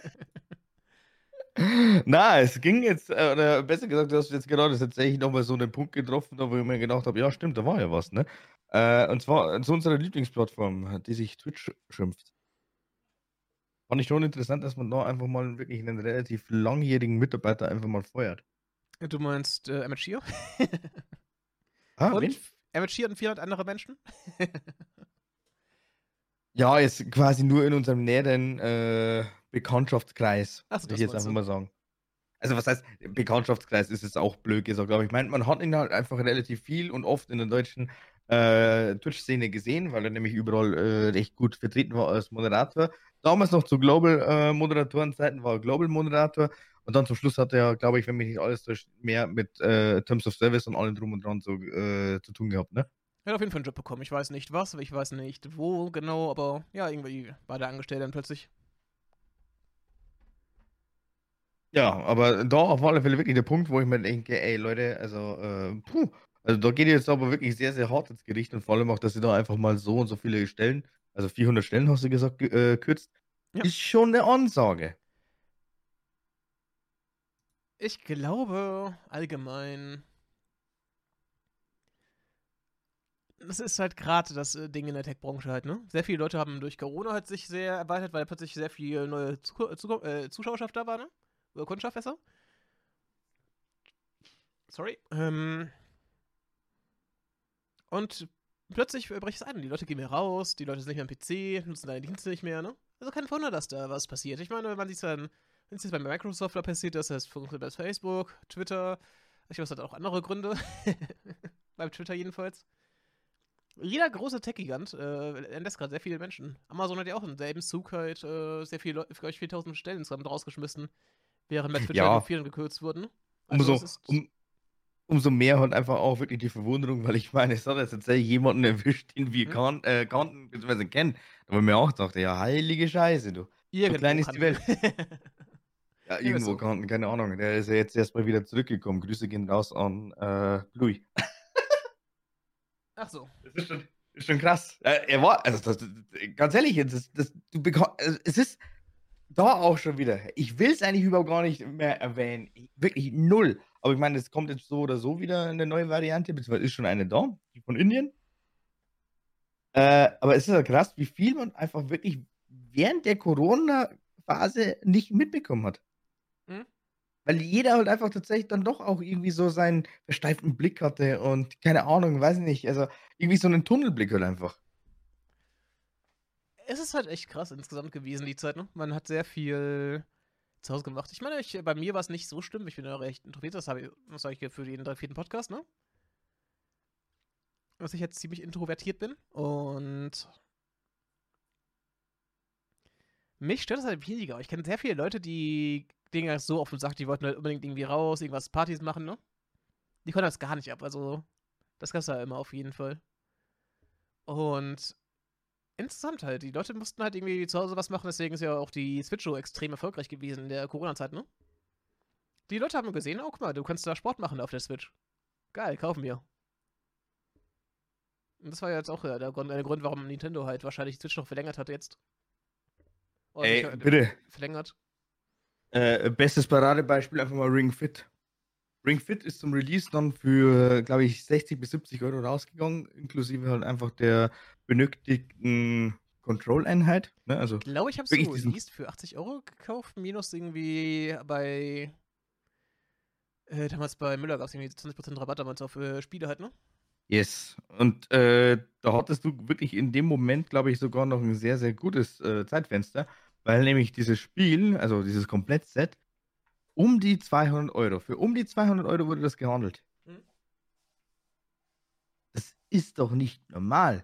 Na, es ging jetzt, äh, oder besser gesagt, du hast jetzt genau das tatsächlich nochmal so einen Punkt getroffen, da wo ich mir gedacht habe, ja, stimmt, da war ja was, ne? Äh, und zwar zu unserer Lieblingsplattform, die sich Twitch schimpft. Fand ich schon interessant, dass man da einfach mal wirklich einen relativ langjährigen Mitarbeiter einfach mal feuert. Du meinst äh, Emmett Shear? Ah, Und wen? Emmett Shear und vierhundert andere Menschen? Ja, jetzt quasi nur in unserem näheren äh, Bekanntschaftskreis, Achso, würde ich das jetzt meinst einfach du. mal sagen. Also, was heißt, Bekanntschaftskreis ist jetzt auch blöd gesagt, aber ich meine, man hat ihn halt einfach relativ viel und oft in der deutschen äh, Twitch-Szene gesehen, weil er nämlich überall äh, recht gut vertreten war als Moderator. Damals noch zu Global-Moderatorenzeiten war er Global-Moderator und dann zum Schluss hat er, glaube ich, wenn mich nicht alles täuscht, mehr mit äh, Terms of Service und allem drum und dran so äh, zu tun gehabt, ne? Er hat auf jeden Fall einen Job bekommen. Ich weiß nicht was, ich weiß nicht wo genau, aber ja, irgendwie war der angestellt dann plötzlich. Ja, aber da auf alle Fälle wirklich der Punkt, wo ich mir denke, ey Leute, also, äh, puh, also da geht ihr jetzt aber wirklich sehr, sehr hart ins Gericht und vor allem auch, dass ihr da einfach mal so und so viele Stellen, also vierhundert Stellen hast du gesagt, ge- äh, kürzt, Ja. ist schon eine Ansage. Ich glaube allgemein, das ist halt gerade das äh, Ding in der Tech-Branche halt, ne? Sehr viele Leute haben durch Corona halt sich sehr erweitert, weil plötzlich sehr viel neue Zu Zu äh, Zuschauerschaft da war, ne? Oder Kundschaft besser. Sorry. Ähm, und plötzlich äh, bricht es ein. Die Leute gehen mehr raus, die Leute sind nicht mehr am P C, nutzen deine Dienste nicht mehr, ne? Also kein Wunder, dass da was passiert. Ich meine, man sieht es dann, wenn es jetzt bei Microsoft da passiert ist, das funktioniert bei Facebook, Twitter. Ich glaube, es hat auch andere Gründe. Beim Twitter jedenfalls. Jeder große Tech-Gigant äh, entlässt gerade sehr viele Menschen. Amazon hat ja auch im selben Zug halt äh, sehr viele Leute, für euch viertausend Stellen insgesamt rausgeschmissen, während bei Twitter nur Ja, vier gekürzt wurden. Also es umso, ist. um, umso mehr halt einfach auch wirklich die Verwunderung, weil ich meine, es hat jetzt tatsächlich jemanden erwischt, den wir Hm? kan äh, kannten, beziehungsweise kennen. Aber mir auch dachte, ja, heilige Scheiße, du. So klein Irgendwo ist die kannten. Welt. Ja, Ja, ist irgendwo so. kannten, keine Ahnung. Der ist ja jetzt erstmal wieder zurückgekommen. Grüße gehen raus an äh, Louis. Ach so. Das ist schon, ist schon krass. Äh, er war, also das, das, ganz ehrlich, das, das, du bekommst, es ist da auch schon wieder. Ich will es eigentlich überhaupt gar nicht mehr erwähnen. Ich, wirklich null. Aber ich meine, es kommt jetzt so oder so wieder eine neue Variante, beziehungsweise ist schon eine da, die von Indien. Äh, aber es ist ja krass, wie viel man einfach wirklich während der Corona-Phase nicht mitbekommen hat. Hm? Weil jeder halt einfach tatsächlich dann doch auch irgendwie so seinen versteiften Blick hatte und keine Ahnung, weiß nicht, also irgendwie so einen Tunnelblick halt einfach. Es ist halt echt krass insgesamt gewesen, die Zeit, ne? Man hat sehr viel zu Hause gemacht. Ich meine, ich, bei mir war es nicht so schlimm. Ich bin ja recht introvertiert, das habe ich, das sage ich hier für den drei- vierten Podcast, ne? Dass ich jetzt ziemlich introvertiert bin. Und mich stört das halt weniger. Ich kenne sehr viele Leute, die Dinge so offen sagt, die wollten halt unbedingt irgendwie raus, irgendwas Partys machen, ne? Die konnten das gar nicht ab. Also, das gab's ja immer auf jeden Fall. Und insgesamt halt, die Leute mussten halt irgendwie zu Hause was machen, deswegen ist ja auch die Switch so extrem erfolgreich gewesen in der Corona-Zeit, ne? Die Leute haben gesehen, oh, guck mal, du kannst da Sport machen auf der Switch. Geil, kaufen wir. Und das war ja jetzt auch ja, der, Grund, der Grund, warum Nintendo halt wahrscheinlich die Switch noch verlängert hat jetzt. Oder nicht Ey, äh, bitte. verlängert. Äh, bestes Paradebeispiel einfach mal Ring Fit. Ring Fit ist zum Release dann für, glaube ich, sechzig bis siebzig Euro rausgegangen, inklusive halt einfach der benötigten Control-Einheit. Ne? Ich Also glaube, ich habe es wirklich so diesen. released für achtzig Euro gekauft, minus irgendwie bei. Äh, damals bei Müller gab es irgendwie zwanzig Prozent Rabatt damals auf äh, Spiele halt, ne? Yes. Und äh, da hattest du wirklich in dem Moment, glaube ich, sogar noch ein sehr, sehr gutes äh, Zeitfenster, weil nämlich dieses Spiel, also dieses Komplettset, um die zweihundert Euro, für um die zweihundert Euro wurde das gehandelt. Mhm. Das ist doch nicht normal.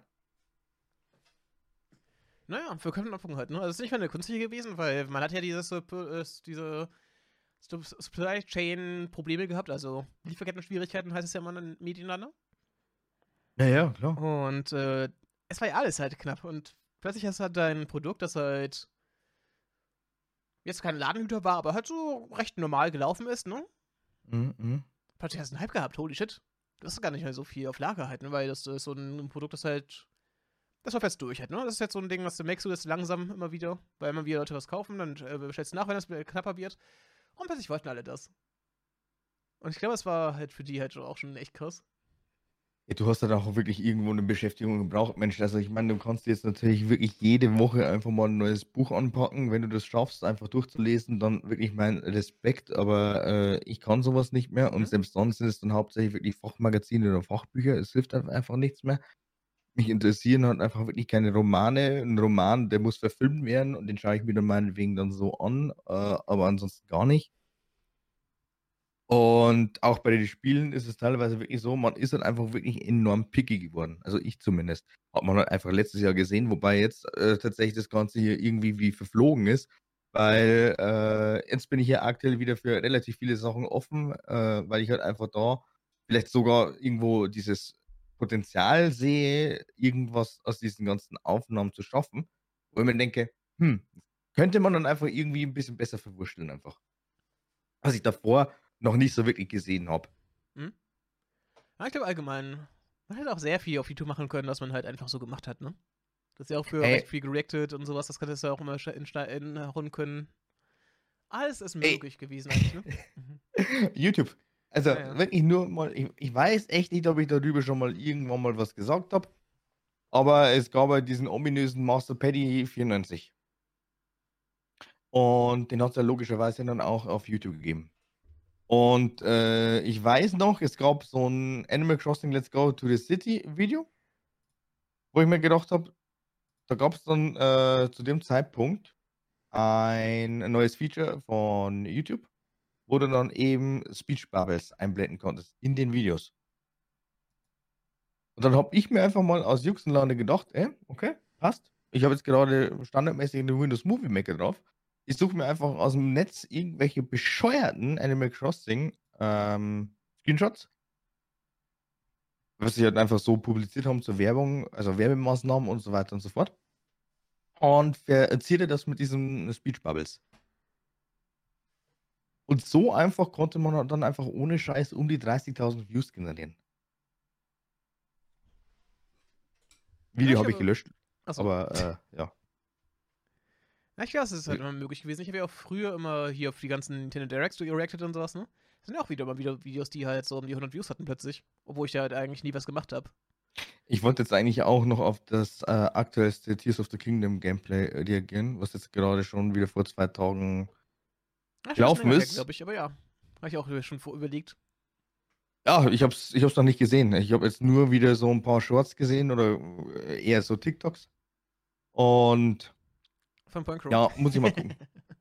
Naja, für Köpfenabfugen halt, ne? Also, es ist nicht mal eine künstliche gewesen, weil man hat ja dieses, äh, äh, diese Supply Chain Probleme gehabt, also Lieferketten-Schwierigkeiten heißt es ja immer in den Medien dann, ne? Ja, ja, klar. Und äh, es war ja alles halt knapp. Und plötzlich hast du halt dein Produkt, das halt jetzt kein Ladenhüter war, aber halt so recht normal gelaufen ist, ne? Mhm, mhm. Plötzlich hast du einen Hype gehabt, holy shit. Du hast gar nicht mehr so viel auf Lager halt, ne? Weil das ist so ein Produkt, das halt. Das läuft jetzt durch halt, ne? Das ist jetzt so ein Ding, was du merkst du das langsam immer wieder, weil immer wieder Leute was kaufen, dann äh, bestellst du nach, wenn das knapper wird. Und plötzlich wollten alle das. Und ich glaube, es war halt für die halt auch schon echt krass. Ja, du hast dann auch wirklich irgendwo eine Beschäftigung gebraucht, Mensch. Also ich meine, du kannst jetzt natürlich wirklich jede Woche einfach mal ein neues Buch anpacken. Wenn du das schaffst, einfach durchzulesen, dann wirklich mein Respekt. Aber äh, ich kann sowas nicht mehr. Und Mhm. selbst dann sind es dann hauptsächlich wirklich Fachmagazine oder Fachbücher. Es hilft dann einfach nichts mehr. Mich interessieren halt einfach wirklich keine Romane. Ein Roman, der muss verfilmt werden und den schaue ich mir dann meinetwegen dann so an. Äh, aber ansonsten gar nicht. Und auch bei den Spielen ist es teilweise wirklich so, man ist dann einfach wirklich enorm picky geworden. Also ich zumindest. Hat man halt einfach letztes Jahr gesehen, wobei jetzt äh, tatsächlich das Ganze hier irgendwie wie verflogen ist, weil äh, jetzt bin ich ja aktuell wieder für relativ viele Sachen offen, äh, weil ich halt einfach da vielleicht sogar irgendwo dieses Potenzial sehe, irgendwas aus diesen ganzen Aufnahmen zu schaffen, wo ich mir denke, hm, könnte man dann einfach irgendwie ein bisschen besser verwurschteln einfach. Was ich davor noch nicht so wirklich gesehen habe. Mhm. Ja, ich glaube allgemein, man hätte auch sehr viel auf YouTube machen können, was man halt einfach so gemacht hat, ne? Das ist ja auch für recht Ey, viel gereacted und sowas, das hättest du ja auch immer inhauen können. Alles ist ey. möglich gewesen eigentlich, ne? Mhm. YouTube. Also Ja, ja. wirklich nur mal, ich, ich weiß echt nicht, ob ich darüber schon mal irgendwann mal was gesagt habe, aber es gab halt diesen ominösen Master Paddy vierundneunzig. Und den hat es ja logischerweise dann auch auf YouTube gegeben. Und äh, ich weiß noch, es gab so ein Animal Crossing Let's Go to the City Video, wo ich mir gedacht habe, da gab es dann äh, zu dem Zeitpunkt ein neues Feature von YouTube, wo du dann eben Speech Bubbles einblenden konntest in den Videos. Und dann habe ich mir einfach mal aus Juxenlande gedacht, ey, okay, passt. Ich habe jetzt gerade standardmäßig eine Windows Movie Maker drauf. Ich suche mir einfach aus dem Netz irgendwelche bescheuerten Animal Crossing ähm, Screenshots, was sie halt einfach so publiziert haben zur Werbung, also Werbemaßnahmen und so weiter und so fort. Und verziehe das mit diesen Speech Bubbles. Und so einfach konnte man dann einfach ohne Scheiß um die dreißigtausend Views generieren. Ja, Video ich habe ich habe. gelöscht, Achso. aber äh, ja. Ja, ich weiß, es ist halt immer möglich gewesen. Ich habe ja auch früher immer hier auf die ganzen Nintendo Directs reacted und sowas, ne? Das sind ja auch wieder mal wieder Videos, die halt so um die hundert Views hatten plötzlich. Obwohl ich da halt eigentlich nie was gemacht habe. Ich wollte jetzt eigentlich auch noch auf das äh, aktuellste Tears of the Kingdom Gameplay äh, reagieren, was jetzt gerade schon wieder vor zwei Tagen Ja, schon ein bisschen gelaufen länger her, ist. glaube ich, aber ja. Habe ich auch schon vor überlegt. Ja, ich hab's, ich hab's noch nicht gesehen. Ich habe jetzt nur wieder so ein paar Shorts gesehen oder äh, eher so TikToks. Und Von Point Crow. ja, muss ich mal gucken.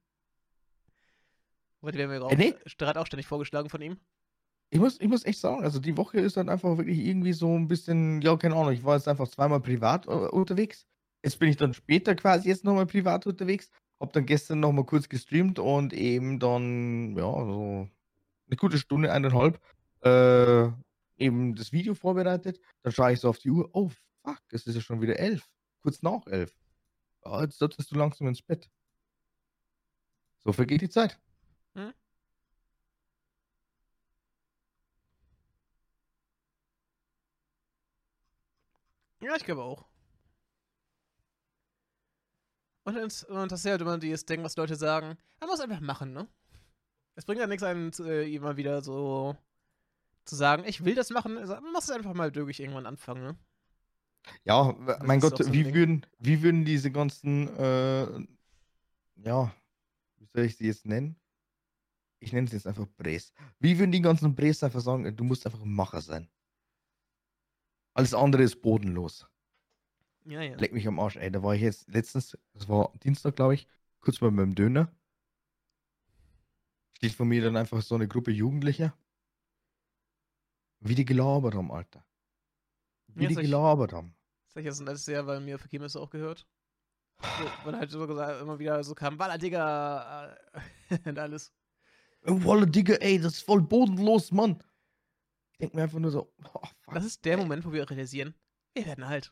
Weil die werden mir Äh, auch, nee, Strat auch ständig vorgeschlagen von ihm. ich muss, ich muss echt sagen, also die Woche ist dann einfach wirklich irgendwie so ein bisschen, ja, keine Ahnung, ich war jetzt einfach zweimal privat äh, unterwegs. Jetzt bin ich dann später quasi jetzt nochmal privat unterwegs. Hab dann gestern nochmal kurz gestreamt und eben dann, ja, so eine gute Stunde, eineinhalb, äh, eben das Video vorbereitet. Dann schaue ich so auf die Uhr. Oh, fuck, es ist ja schon wieder elf. Kurz nach elf. Ja, jetzt solltest du langsam ins Bett. So vergeht die Zeit. Hm? Ja, ich glaube auch. Und, ins, und das ist ja halt immer dieses Ding, was Leute sagen. Man muss einfach machen, ne? Es bringt ja nichts, einem äh, immer wieder so zu sagen, ich will das machen. Also, man muss es einfach mal wirklich irgendwann anfangen, ne? Ja, Das mein ist Gott, auch so ein wie Ding. würden, wie würden diese ganzen, äh, ja, wie soll ich sie jetzt nennen? Ich nenne sie jetzt einfach Bres. Wie würden die ganzen Bres einfach sagen, du musst einfach ein Macher sein? Alles andere ist bodenlos. Ja, ja. Leck mich am Arsch, ey. Da war ich jetzt letztens, das war Dienstag, glaube ich, kurz mal beim Döner. Steht vor mir dann einfach so eine Gruppe Jugendlicher. Wie die gelabert haben, Alter. Wie Ja, die das ich, gelabert haben. das ich jetzt ein letztes Jahr, weil mir für Chemis auch gehört. Wo, wo dann halt so gesagt, immer wieder so kam, Walla, Digga, äh, und alles. Wolle, Digga, ey, das ist voll bodenlos, Mann. Ich denke mir einfach nur so, oh, fuck, Das ist der ey. Moment, wo wir realisieren, wir werden alt.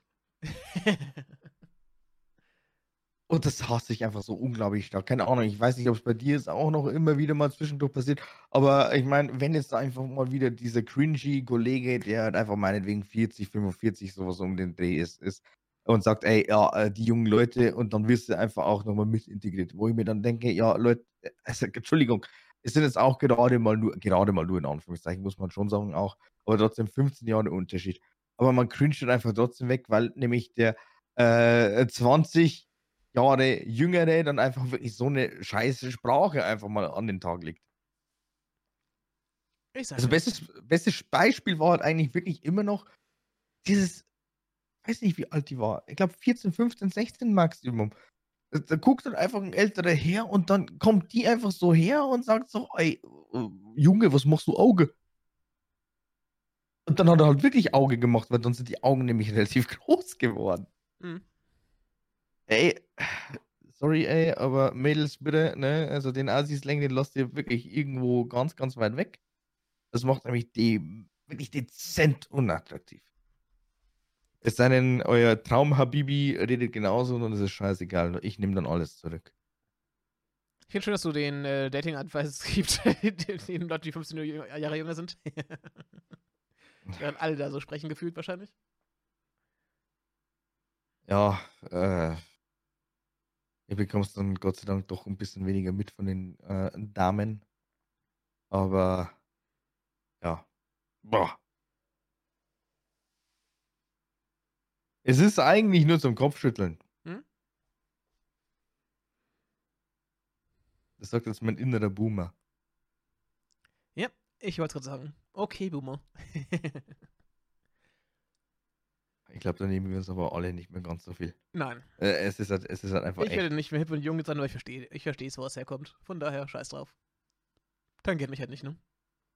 Und das hasse ich einfach so unglaublich stark. Keine Ahnung, ich weiß nicht, ob es bei dir ist auch noch immer wieder mal zwischendurch passiert. Aber ich meine, wenn jetzt einfach mal wieder dieser cringy Kollege, der halt einfach meinetwegen vierzig, fünfundvierzig, sowas um den Dreh ist, ist und sagt, ey, ja, äh, die jungen Leute, und dann wirst du einfach auch nochmal mit integriert. Wo ich mir dann denke, ja, Leute, äh, also, Entschuldigung, es sind jetzt auch gerade mal nur, gerade mal nur in Anführungszeichen, muss man schon sagen auch, aber trotzdem fünfzehn Jahre Unterschied. Aber man cringet dann einfach trotzdem weg, weil nämlich der äh, zwanzig Jahre Jüngere dann einfach wirklich so eine scheiße Sprache einfach mal an den Tag legt. Ich sag Also ja nichts. bestes, bestes Beispiel war halt eigentlich wirklich immer noch dieses, weiß nicht, wie alt die war. Ich glaube vierzehn, fünfzehn, sechzehn Maximum. Da, da guckt dann einfach ein älterer her und dann kommt die einfach so her und sagt so, ey, äh, Junge, was machst du Auge? Und dann hat er halt wirklich Auge gemacht, weil dann sind die Augen nämlich relativ groß geworden. Hm. Ey, sorry, ey, aber Mädels bitte, ne? Also den Assis-Slang, den lasst ihr wirklich irgendwo ganz, ganz weit weg. Das macht nämlich die wirklich dezent unattraktiv. Es sei denn, euer Traum-Habibi redet genauso und dann ist es scheißegal. Ich nehme dann alles zurück. Ich finde schön, dass du den äh, Dating-Advice gibst, den Leute, die fünfzehn Jahre jünger sind. Während alle da so sprechen, gefühlt wahrscheinlich. Ja, äh, ihr bekommst dann Gott sei Dank doch ein bisschen weniger mit von den äh, Damen. Aber ja. Boah. Es ist eigentlich nur zum Kopfschütteln. Hm? Das sagt jetzt mein innerer Boomer. Ja. Ich wollte gerade sagen. Okay, Boomer. Ich glaube, da nehmen wir uns aber alle nicht mehr ganz so viel. Nein. Äh, es, ist halt, es ist halt einfach Ich echt. werde nicht mehr hip und jung sein, aber ich verstehe, ich verstehe, wo es herkommt. Von daher, scheiß drauf. Tangiert mich halt nicht, ne?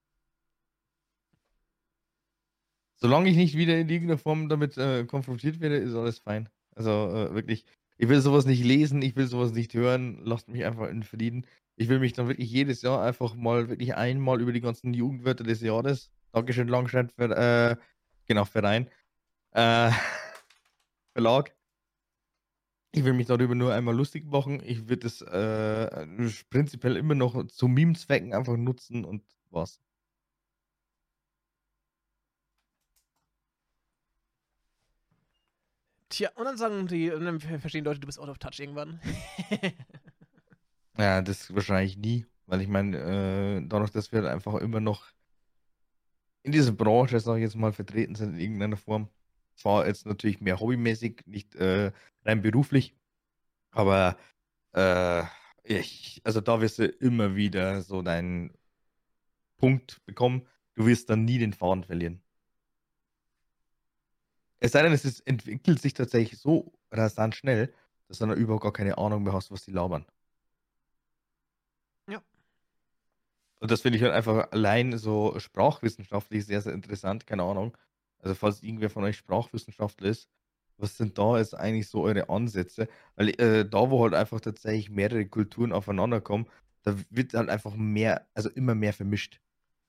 Solange ich nicht wieder in irgendeiner Form damit äh, konfrontiert werde, ist alles fein. Also äh, wirklich, ich will sowas nicht lesen, ich will sowas nicht hören, lasst mich einfach in Frieden. Ich will mich dann wirklich jedes Jahr einfach mal wirklich einmal über die ganzen Jugendwörter des Jahres, Dankeschön Langscheid, für, äh, genau, Verein, äh, Verlag. Ich will mich darüber nur einmal lustig machen. Ich würde es äh, prinzipiell immer noch zu Meme-Zwecken einfach nutzen und was. Tja, und dann sagen die, und dann verstehen Leute, du bist out of touch irgendwann. Ja, das wahrscheinlich nie, weil ich meine, äh, dadurch, dass wir halt einfach immer noch in dieser Branche, sage ich jetzt mal, vertreten sind in irgendeiner Form. Zwar jetzt natürlich mehr hobbymäßig, nicht äh, rein beruflich, aber äh, ich, also da wirst du immer wieder so deinen Punkt bekommen. Du wirst dann nie den Faden verlieren. Es sei denn, es ist, entwickelt sich tatsächlich so rasant schnell, dass du dann überhaupt gar keine Ahnung mehr hast, was die labern. Ja. Und das finde ich halt einfach allein so sprachwissenschaftlich sehr, sehr interessant. Keine Ahnung. Also, falls irgendwer von euch Sprachwissenschaftler ist, was sind da jetzt eigentlich so eure Ansätze? Weil äh, da, wo halt einfach tatsächlich mehrere Kulturen aufeinander kommen, da wird halt einfach mehr, also immer mehr vermischt.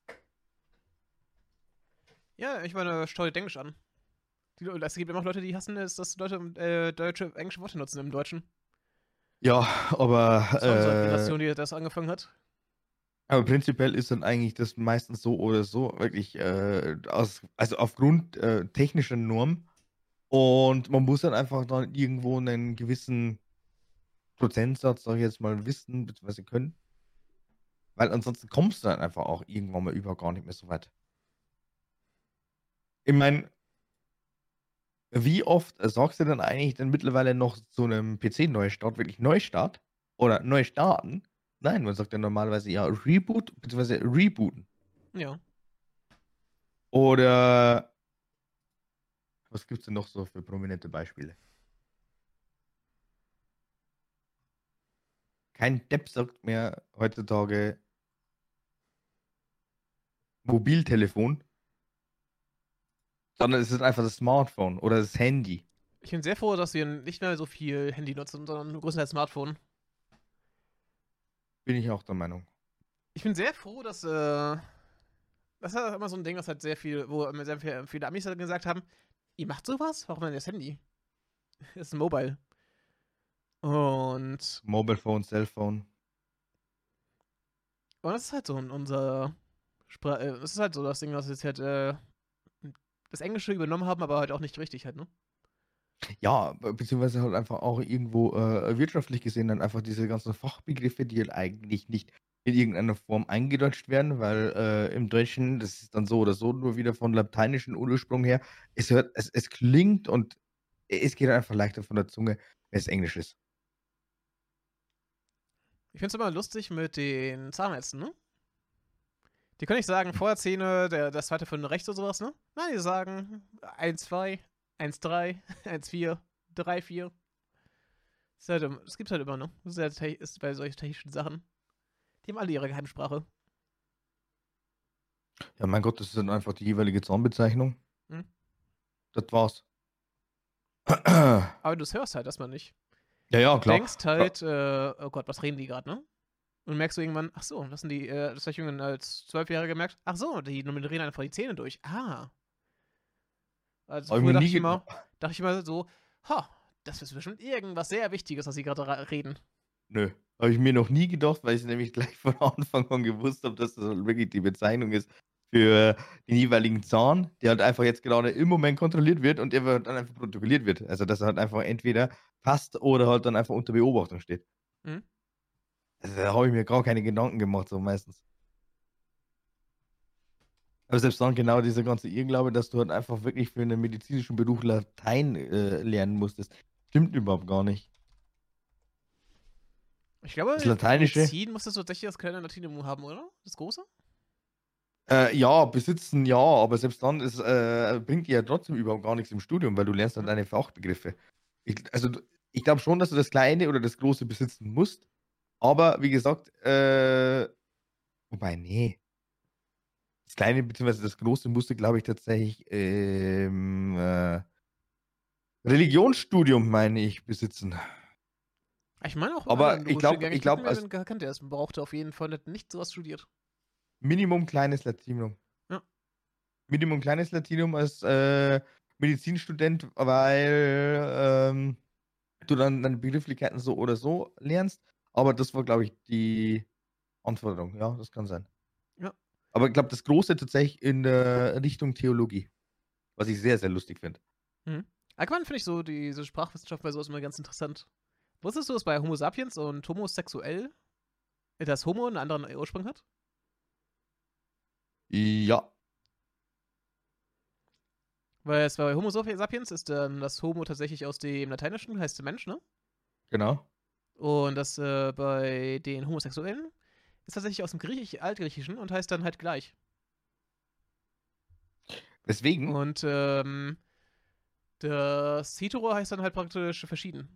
Ja, ich meine, schau dir Englisch an. Die, es gibt immer noch Leute, die hassen es, dass Leute äh, deutsche, englische Worte nutzen im Deutschen. Ja, aber. Das war unsere Äh, Generation, die das angefangen hat. aber prinzipiell ist dann eigentlich das meistens so oder so, wirklich, äh, aus, also aufgrund äh, technischer Norm. Und man muss dann einfach dann irgendwo einen gewissen Prozentsatz, sage ich jetzt mal, wissen bzw. können. Weil ansonsten kommst du dann einfach auch irgendwann mal über gar nicht mehr so weit. Ich meine, wie oft äh, sagst du denn eigentlich denn mittlerweile noch zu einem P C-Neustart wirklich Neustart oder neu starten? Nein, man sagt ja normalerweise ja Reboot bzw. rebooten. Ja. Oder was gibt's denn noch so für prominente Beispiele? Kein Depp sagt mehr heutzutage Mobiltelefon, sondern es ist einfach das Smartphone oder das Handy. Ich bin sehr froh, dass wir nicht mehr so viel Handy nutzen, sondern nur größtenteils Smartphone. Bin ich auch der Meinung. Ich bin sehr froh, dass, äh, das ist halt immer so ein Ding, das halt sehr viel, wo immer sehr viel, viele Amis halt gesagt haben, ihr macht sowas? Warum denn das Handy? Das ist ein Mobile. Und, Mobile Phone, Cellphone. und das ist halt so unser, Spra äh, das ist halt so das Ding, was wir jetzt halt, äh, das Englische übernommen haben, aber halt auch nicht richtig halt, ne? Ja, be beziehungsweise halt einfach auch irgendwo, äh, wirtschaftlich gesehen dann einfach diese ganzen Fachbegriffe, die halt eigentlich nicht in irgendeiner Form eingedeutscht werden, weil, äh, im Deutschen, das ist dann so oder so nur wieder von lateinischen Ursprung her. Es hört es es klingt und es geht einfach leichter von der Zunge, wenn es Englisch ist. Ich find's immer lustig mit den Zahnärzten, ne? Die können nicht sagen, Vorderzähne, der, das zweite von rechts oder sowas, ne? Nein, die sagen eins, zwei, eins, drei, eins, vier, drei, vier. Das, halt, das gibt's halt immer, ne? Das ist, halt, ist bei solchen technischen Sachen. Die haben alle ihre Geheimsprache. Ja, mein Gott, das ist dann einfach die jeweilige Zahnbezeichnung. Hm? Das war's. Aber du hörst halt erstmal nicht. Ja, ja, Du klar. denkst halt, äh, oh Gott, was reden die gerade, ne? Und merkst du irgendwann, ach so, das sind die, äh, das habe ich irgendwann als Zwölfjähriger gemerkt, ach so, die nummerieren einfach die Zähne durch. Ah. Also Habe ich früher mir dachte nie ich ge immer, dachte ich immer so, ha, das ist bestimmt irgendwas sehr Wichtiges, was sie gerade reden. Nö, habe ich mir noch nie gedacht, weil ich nämlich gleich von Anfang an gewusst habe, dass das halt wirklich die Bezeichnung ist für den jeweiligen Zahn, der halt einfach jetzt gerade im Moment kontrolliert wird und der wird dann einfach protokolliert wird. Also, dass er halt einfach entweder passt oder halt dann einfach unter Beobachtung steht. Mhm. Also, da habe ich mir gar keine Gedanken gemacht, so meistens. Aber selbst dann genau dieser ganze Irrglaube, dass du halt einfach wirklich für 'nen medizinischen Beruf Latein, äh, lernen musstest, stimmt überhaupt gar nicht. Ich glaube, Das Lateinische Medizin musstest du tatsächlich das kleine Latinum haben, oder? Das große? Äh, ja, besitzen ja, aber selbst dann ist, äh, bringt dir ja trotzdem überhaupt gar nichts im Studium, weil du lernst dann Mhm. deine Fachbegriffe. Ich also, d ich glaube schon, dass du das Kleine oder das Große besitzen musst, aber wie gesagt, äh wobei, ne. Das Kleine beziehungsweise das Große musste, glaube ich, tatsächlich, ähm, äh Religionsstudium, meine ich, besitzen. Ich meine auch in Aber anderen ich glaube Studiengängen. ich Ich dachte glaube, mir, als wenn kannte er's brauchte auf jeden Fall nicht so was studiert. Minimum kleines Latinum. Ja. Minimum kleines Latinum als, äh, Medizinstudent, weil, ähm, du dann deine Begrifflichkeiten so oder so lernst. Aber das war, glaube ich, die Anforderung. Ja, das kann sein. Ja. Aber ich glaube, das Große tatsächlich in der Richtung Theologie, was ich sehr, sehr lustig finde. Mhm. Allgemein finde ich so diese Sprachwissenschaft bei so was immer ganz interessant. Wusstest du, dass bei Homo sapiens und homosexuell das Homo 'n anderen Ursprung hat? Ja. Weil es bei Homo sapi sapiens ist, ähm, das Homo tatsächlich aus dem Lateinischen, heißt Mensch, ne? Genau. Und das, äh, bei den Homosexuellen ist tatsächlich aus'm Griechisch Altgriechischen und heißt dann halt gleich. Weswegen? Und, ähm, das hetero heißt dann halt praktisch verschieden.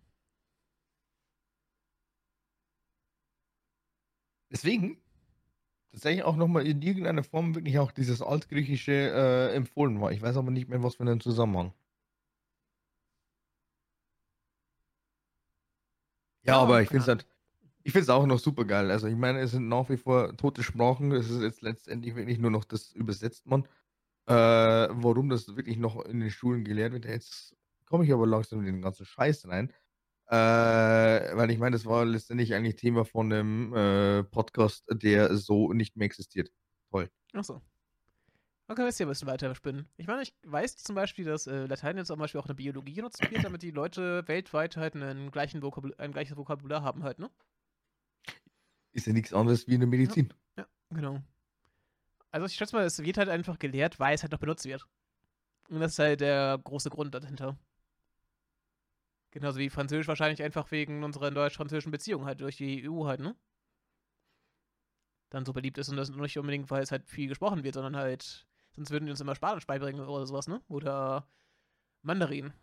Weswegen tatsächlich auch noch mal in irgendeiner Form wirklich auch dieses Altgriechische, äh, empfohlen war. Ich weiß aber nicht mehr, was für 'nen Zusammenhang. Ja, Ja, aber ich finde keine es Ahnung. halt ich finde es auch noch supergeil. Also, ich meine, es sind nach wie vor tote Sprachen. Es ist jetzt letztendlich wirklich nur noch das übersetzt man. Äh, warum das wirklich noch in den Schulen gelehrt wird, jetzt komme ich aber langsam in den ganzen Scheiß rein. Äh, weil ich meine, das war letztendlich eigentlich Thema von 'nem, äh, Podcast, der so nicht mehr existiert. Toll. Ach so. Man kann das hier 'n bisschen weiter spinnen. Ich meine, ich weiß zum Beispiel, dass, äh, Latein jetzt zum Beispiel auch in der Biologie genutzt wird, damit die Leute weltweit halt 'nen gleichen Vokabul ein gleiches Vokabular haben halt, ne? Ist ja nix anderes wie in der Ja, Medizin. ja, genau. Also, ich schätze mal, es wird halt einfach gelehrt, weil es halt noch benutzt wird. Und das ist halt der große Grund dahinter. Genauso wie Französisch wahrscheinlich einfach wegen unseren deutsch-französischen Beziehungen halt durch die E U halt, ne? Dann so beliebt ist und das nicht unbedingt, weil es halt viel gesprochen wird, sondern halt sonst würden die uns immer Spanisch beibringen oder so was, ne? Oder Mandarin.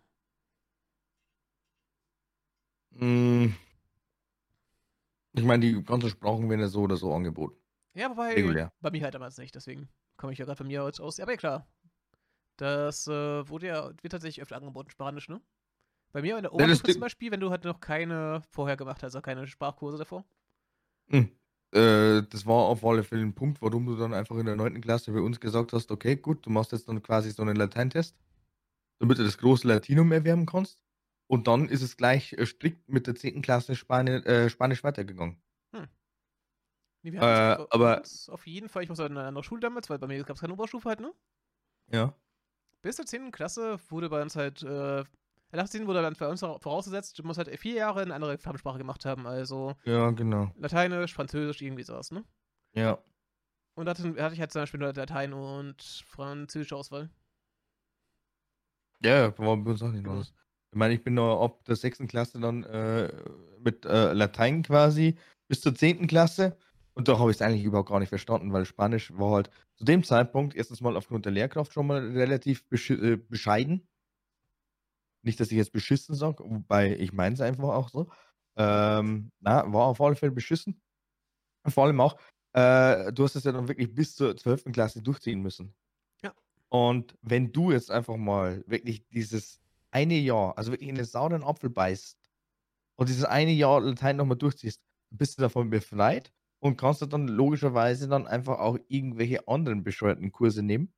Hm. Ich meine, die ganzen Sprachen werden ja so oder so angeboten. Ja, wobei Regulär. bei mir halt damals nicht, deswegen komme ich ja grad von mir aus aus aber ja klar. Das, äh, wurde ja wird tatsächlich öfter angeboten, Spanisch, ne? Bei mir in der Ja, das Oberstufe zum Ding Beispiel, wenn du halt noch keine vorher gemacht hast, also keine Sprachkurse davor. Hm, äh, das war auf alle Fälle 'n Punkt, warum du dann einfach in der neunten Klasse bei uns gesagt hast: „Okay, gut, du machst jetzt dann quasi so 'nen Lateintest, damit du das große Latinum erwerben kannst.“ Und dann ist es gleich, äh, strikt mit der zehnten Klasse Spani äh, Spanisch weitergegangen. Hm. Ne, wir hatten es Äh, bei aber uns auf jeden Fall ich muss halt in 'ne andere Schule damals, weil bei mir gab's keine Oberstufe halt, ne? Ja. Bis zur zehnten Klasse wurde bei uns halt, äh nach der zehnten wurde dann bei uns auch vorausgesetzt, du musst halt vier Jahre 'ne andere Fremdsprache gemacht haben, also Ja, genau. Lateinisch, Französisch, irgendwie so was, ne? Ja. Und da hatten hatte ich halt zum Beispiel nur Latein und Französisch Auswahl. Ja, ja, war bei uns auch nicht Genau. anders. Ich meine, ich bin da ab der sechsten Klasse dann, äh, mit, äh, Latein quasi bis zur zehnten Klasse und da habe ich's eigentlich überhaupt gar nicht verstanden, weil Spanisch war halt zu dem Zeitpunkt erstens mal aufgrund der Lehrkraft schon mal relativ besch äh, bescheiden. Nicht, dass ich jetzt beschissen sage, wobei ich meine es einfach auch so. Ähm, na, war auf alle Fälle beschissen. Vor allem auch, äh, du hast es ja dann wirklich bis zur zwölften Klasse durchziehen müssen. Ja. Und wenn du jetzt einfach mal wirklich dieses eine Jahr, also wirklich in den sauren Apfel beißt und dieses eine Jahr Latein noch mal durchziehst, bist du davon befreit und kannst du dann logischerweise dann einfach auch irgendwelche anderen bescheuerten Kurse nehmen.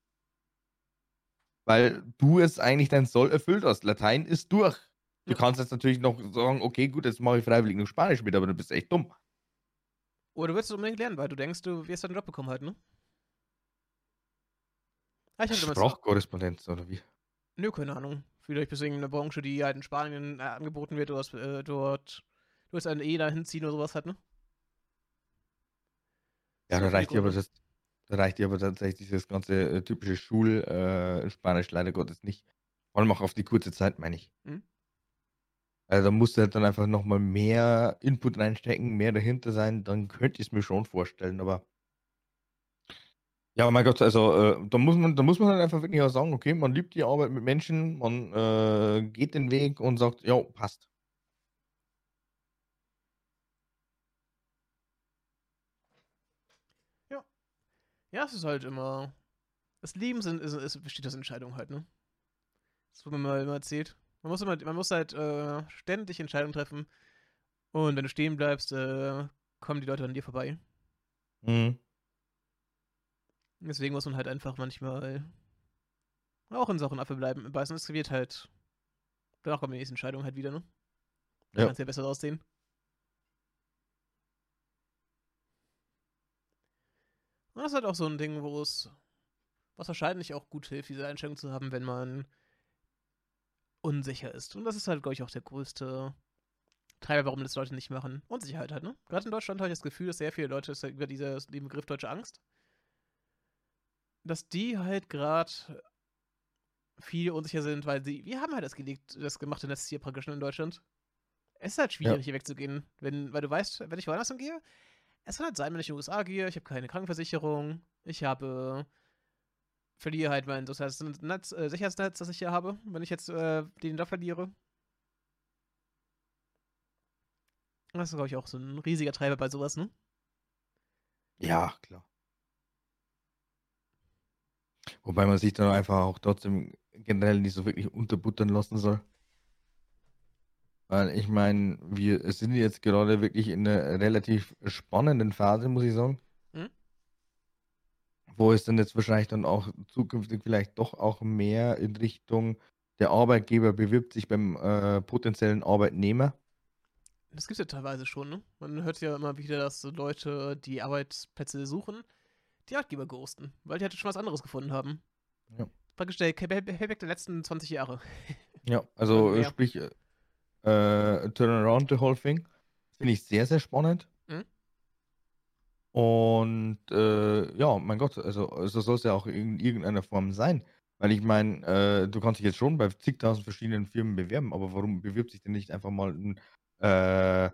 Weil du jetzt eigentlich dein Soll erfüllt hast. Latein ist durch. Du Ja. kannst jetzt natürlich noch sagen: „Okay, gut, jetzt mache ich freiwillig noch Spanisch mit“, aber du bist echt dumm. Oder du willst es unbedingt lernen, weil du denkst, du wirst dann 'n Job bekommen halt, ne? Ah, ich hatte damals a Sprachkorrespondenz oder wie? Nö, keine Ahnung. Vielleicht bist du in 'ner Branche, die halt in Spanien, äh, angeboten wird, du hast, äh, dort du wirst dann eh dahin ziehen oder so was halt, ne? Ja, So da viele reicht dir aber Gründe. das da reicht dir aber tatsächlich dieses ganze, äh, typische Schul äh, Spanisch leider Gottes nicht. Vor allem auch auf die kurze Zeit, meine ich. Mhm. Also, da musst du halt dann einfach noch mal mehr Input reinstecken, mehr dahinter sein, dann könnte ich's mir schon vorstellen, aber Ja, mein Gott, also, äh, da muss man da muss man halt einfach wirklich auch sagen, okay, man liebt die Arbeit mit Menschen, man, äh, geht den Weg und sagt: „Jo, passt.“ Ja. Ja, es ist halt immer. Das Leben sind, ist, ist, besteht aus Entscheidungen halt, ne? Das wurde mir mal immer erzählt. Man muss, immer, man muss halt äh, ständig Entscheidungen treffen. Und wenn du stehen bleibst, äh, kommen die Leute an dir vorbei. Mhm. Deswegen muss man halt einfach manchmal auch in sauren Apfel bleiben. Beißen, es wird halt. Danach kommt die nächste Entscheidung halt wieder, ne? Da Ja. kann es ja besser aussehen. Und das ist halt auch so ein Ding, wo es. Was wahrscheinlich auch gut hilft, diese Einstellung zu haben, wenn man unsicher ist. Und das ist halt, glaube ich, auch der größte Treiber, warum das Leute nicht machen. Unsicherheit halt, ne? Gerade in Deutschland habe ich das Gefühl, dass sehr viele Leute das über diese, den Begriff deutsche Angst, dass die halt gerade viel unsicher sind, weil sie, wir haben halt das gelegt, das gemachte Netz hier praktisch in Deutschland. Es ist halt Ja. schwierig, hier wegzugehen, wenn, weil du weißt, wenn ich woanders hingehe, es kann halt sein, wenn ich in die U S A gehe, ich habe keine Krankenversicherung, ich habe, verliere halt mein soziales Netz, äh, Sicherheitsnetz, das ich hier habe, wenn ich jetzt äh, den da verliere. Das ist, glaube ich, auch so ein riesiger Treiber bei sowas, ne? Ja, klar. Wobei man sich dann einfach auch trotzdem generell nicht so wirklich unterbuttern lassen soll. Weil ich meine, wir sind jetzt gerade wirklich in 'ner relativ spannenden Phase, muss ich sagen, Hm? wo es dann jetzt wahrscheinlich dann auch zukünftig vielleicht doch auch mehr in Richtung der Arbeitgeber bewirbt sich beim, äh, potenziellen Arbeitnehmer. Das gibt es ja teilweise schon, ne? Man hört ja immer wieder, dass so Leute, die Arbeitsplätze suchen, die Arbeitgeber ghosten, weil die halt schon was anderes gefunden haben. Ja. Praktisch der Payback der letzten zwanzig Jahre. Ja, Und also, äh, mehr. sprich, äh, Turn around the whole thing finde ich sehr, sehr spannend. Hm? Und, äh, ja, mein Gott, also, so soll's ja auch in irgendeiner Form sein. Weil ich meine, äh, du kannst dich jetzt schon bei zigtausend verschiedenen Firmen bewerben, aber warum bewirbt sich denn nicht einfach mal 'n, äh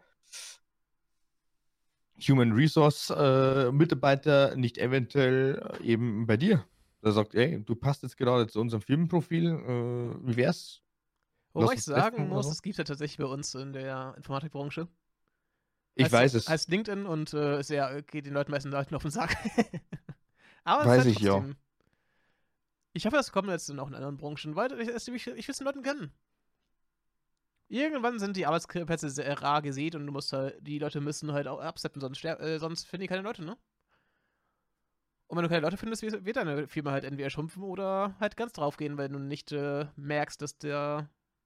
Human Resource, äh, Mitarbeiter nicht eventuell äh, eben bei dir? Der sagt: „Ey, du passt jetzt gerade zu unserem Firmenprofil, äh, wie wär's? Wobei Lass ich uns sagen treffen“ oder muss, so? es gibt ja tatsächlich bei uns in der Informatikbranche. Ich Heißt, weiß es. heißt LinkedIn und äh, ist ja, geht den Leuten meisten Leuten auf den Sack. Aber es ist Weiß halt ich, ja. trotzdem. Ich hoffe, das kommt jetzt in auch in anderen Branchen, weil ich, ich, ich will es den Leuten gönnen. Irgendwann sind die Arbeitsplätze sehr rar gesät und du musst halt, die Leute müssen halt auch absteppen, sonst, ster- äh, sonst finden die keine Leute, ne? Und wenn du keine Leute findest, wird wird deine Firma halt entweder schrumpfen oder halt ganz draufgehen, wenn du nicht äh, merkst, dass der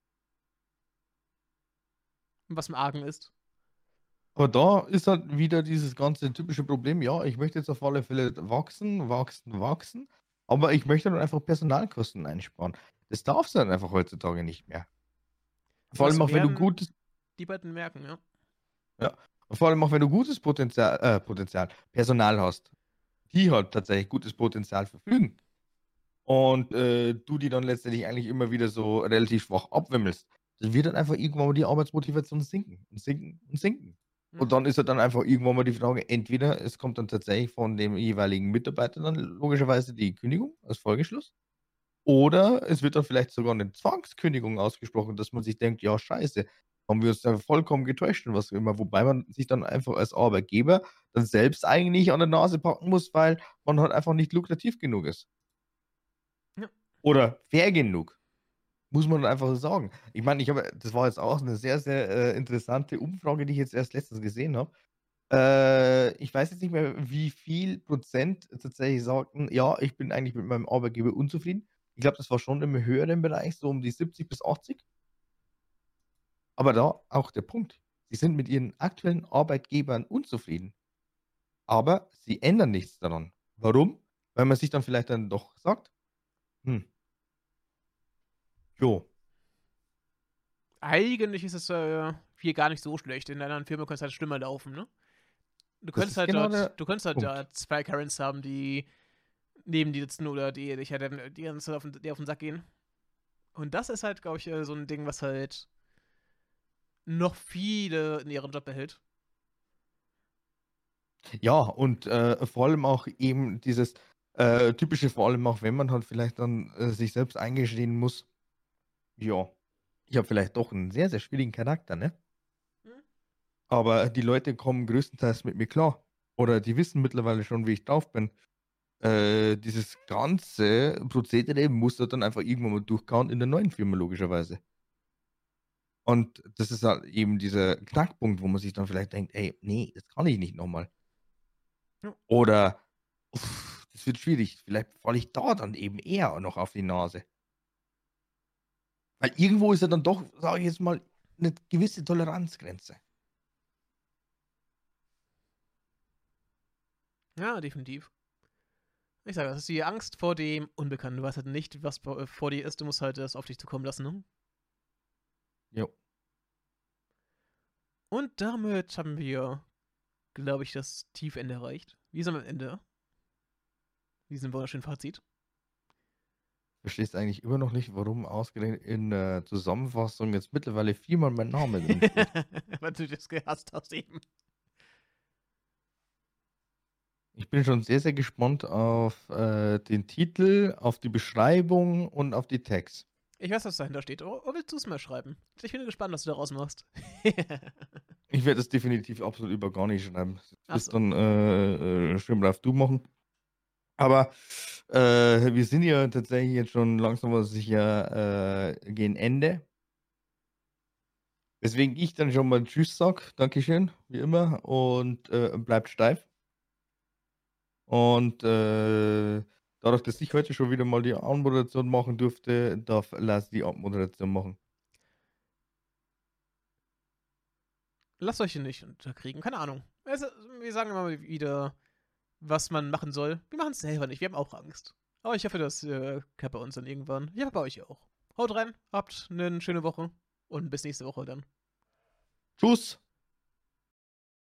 was im Argen ist. Aber da ist halt wieder dieses ganze typische Problem: „Ja, ich möchte jetzt auf alle Fälle wachsen, wachsen, wachsen, aber ich möchte dann einfach Personalkosten einsparen.“ Das darfst du dann einfach heutzutage nicht mehr. Und Vor allem das auch, wenn du werden gutes die beiden merken, ja. ja, und vor allem auch, wenn du gutes Potenzial äh, Potenzial Personal hast, die halt tatsächlich gutes Potenzial verfügen. Und, äh, du die dann letztendlich eigentlich immer wieder so relativ schwach abwimmelst, dann wird dann einfach irgendwann mal die Arbeitsmotivation sinken und sinken und sinken. Hm? Und dann ist halt dann einfach irgendwann mal die Frage, entweder es kommt dann tatsächlich von dem jeweiligen Mitarbeiter dann logischerweise die Kündigung als Folgeschluss oder es wird dann vielleicht sogar 'ne Zwangskündigung ausgesprochen, dass man sich denkt: „Ja, scheiße, haben wir uns da vollkommen getäuscht“ und was auch immer. Wobei man sich dann einfach als Arbeitgeber dann selbst eigentlich an der Nase packen muss, weil man halt einfach nicht lukrativ genug ist. Ja. Oder fair genug, muss man einfach so sagen. Ich meine, ich habe das war jetzt auch 'ne sehr, sehr, äh, interessante Umfrage, die ich jetzt erst letztens gesehen habe. Äh, ich weiß jetzt nicht mehr, wie viel Prozent tatsächlich sagten: „Ja, ich bin eigentlich mit meinem Arbeitgeber unzufrieden.“ Ich glaube, das war schon im höheren Bereich, so um die siebzig bis achtzig. Aber da auch der Punkt. Sie sind mit ihren aktuellen Arbeitgebern unzufrieden, aber sie ändern nichts daran. Warum? Weil man sich dann vielleicht dann doch sagt: „Hm, jo, Eigentlich ist es äh, hier gar nicht so schlecht. In einer Firma könnte es halt schlimmer laufen, ne? Du das könntest ist halt genau dort, der du könntest halt Punkt.“ da zwei Karens haben, die neben dir sitzen oder die dich halt die ganze Zeit auf den, dir auf den Sack gehen. Und das ist halt, glaube ich, äh, so ein Ding, was halt noch viele in ihrem Job behält. Ja, und, äh, vor allem auch eben dieses Äh, typische vor allem auch, wenn man halt vielleicht dann, äh, sich selbst eingestehen muss: „Ja, ich habe vielleicht doch 'n sehr, sehr schwierigen Charakter, ne?“ Mhm. Aber die Leute kommen größtenteils mit mir klar. Oder die wissen mittlerweile schon, wie ich drauf bin. Äh, dieses ganze Prozedere muss er dann einfach irgendwann mal durchkauen in der neuen Firma logischerweise. Und das ist halt eben dieser Knackpunkt, wo man sich dann vielleicht denkt: „Ey, ne, das kann ich nicht noch mal.“ Ja. Oder: „Uff, das wird schwierig. Vielleicht falle ich da dann eben eher noch auf die Nase.“ Weil irgendwo ist ja dann doch, sage ich jetzt mal, 'ne gewisse Toleranzgrenze. Ja, definitiv. Ich sage, das ist die Angst vor dem Unbekannten. Du weißt halt nicht, was vor äh, vor dir ist. Du musst halt das auf dich zukommen lassen, ne? Jo. Und damit haben wir, glaube ich, das Tiefende erreicht. Wir sind am Ende diesem wunderschönen Fazit. Verstehst eigentlich immer noch nicht, warum ausgerechnet in der Zusammenfassung jetzt mittlerweile viermal mein Name drin steht. Weil du das gehasst hast eben. Ich bin schon sehr, sehr gespannt auf, äh, den Titel, auf die Beschreibung und auf die Tags. Ich weiß, was dahinter steht. Oh, oh, willst du's mal schreiben? Ich bin gespannt, was du daraus machst. Ich werde das definitiv absolut über gar nicht schreiben. Das Ach wirst so. dann, äh, äh, schön brav du machen. Aber, äh, wir sind ja tatsächlich jetzt schon langsam aber sicher, äh, gegen Ende. Weswegen ich dann schon mal tschüss sage. Dankeschön, wie immer und, äh, bleibt steif. Und, äh, dadurch, dass ich heute schon wieder mal die Anmoderation machen durfte, darf Lars die Abmoderation machen. Lasst euch hier nicht unterkriegen. Keine Ahnung. Also, wir sagen immer wieder, was man machen soll. Wir machen es selber nicht. Wir haben auch Angst. Aber ich hoffe, das äh, klappt bei uns dann irgendwann. Ich hoffe bei euch auch. Haut rein, habt eine schöne Woche und bis nächste Woche dann. Tschüss.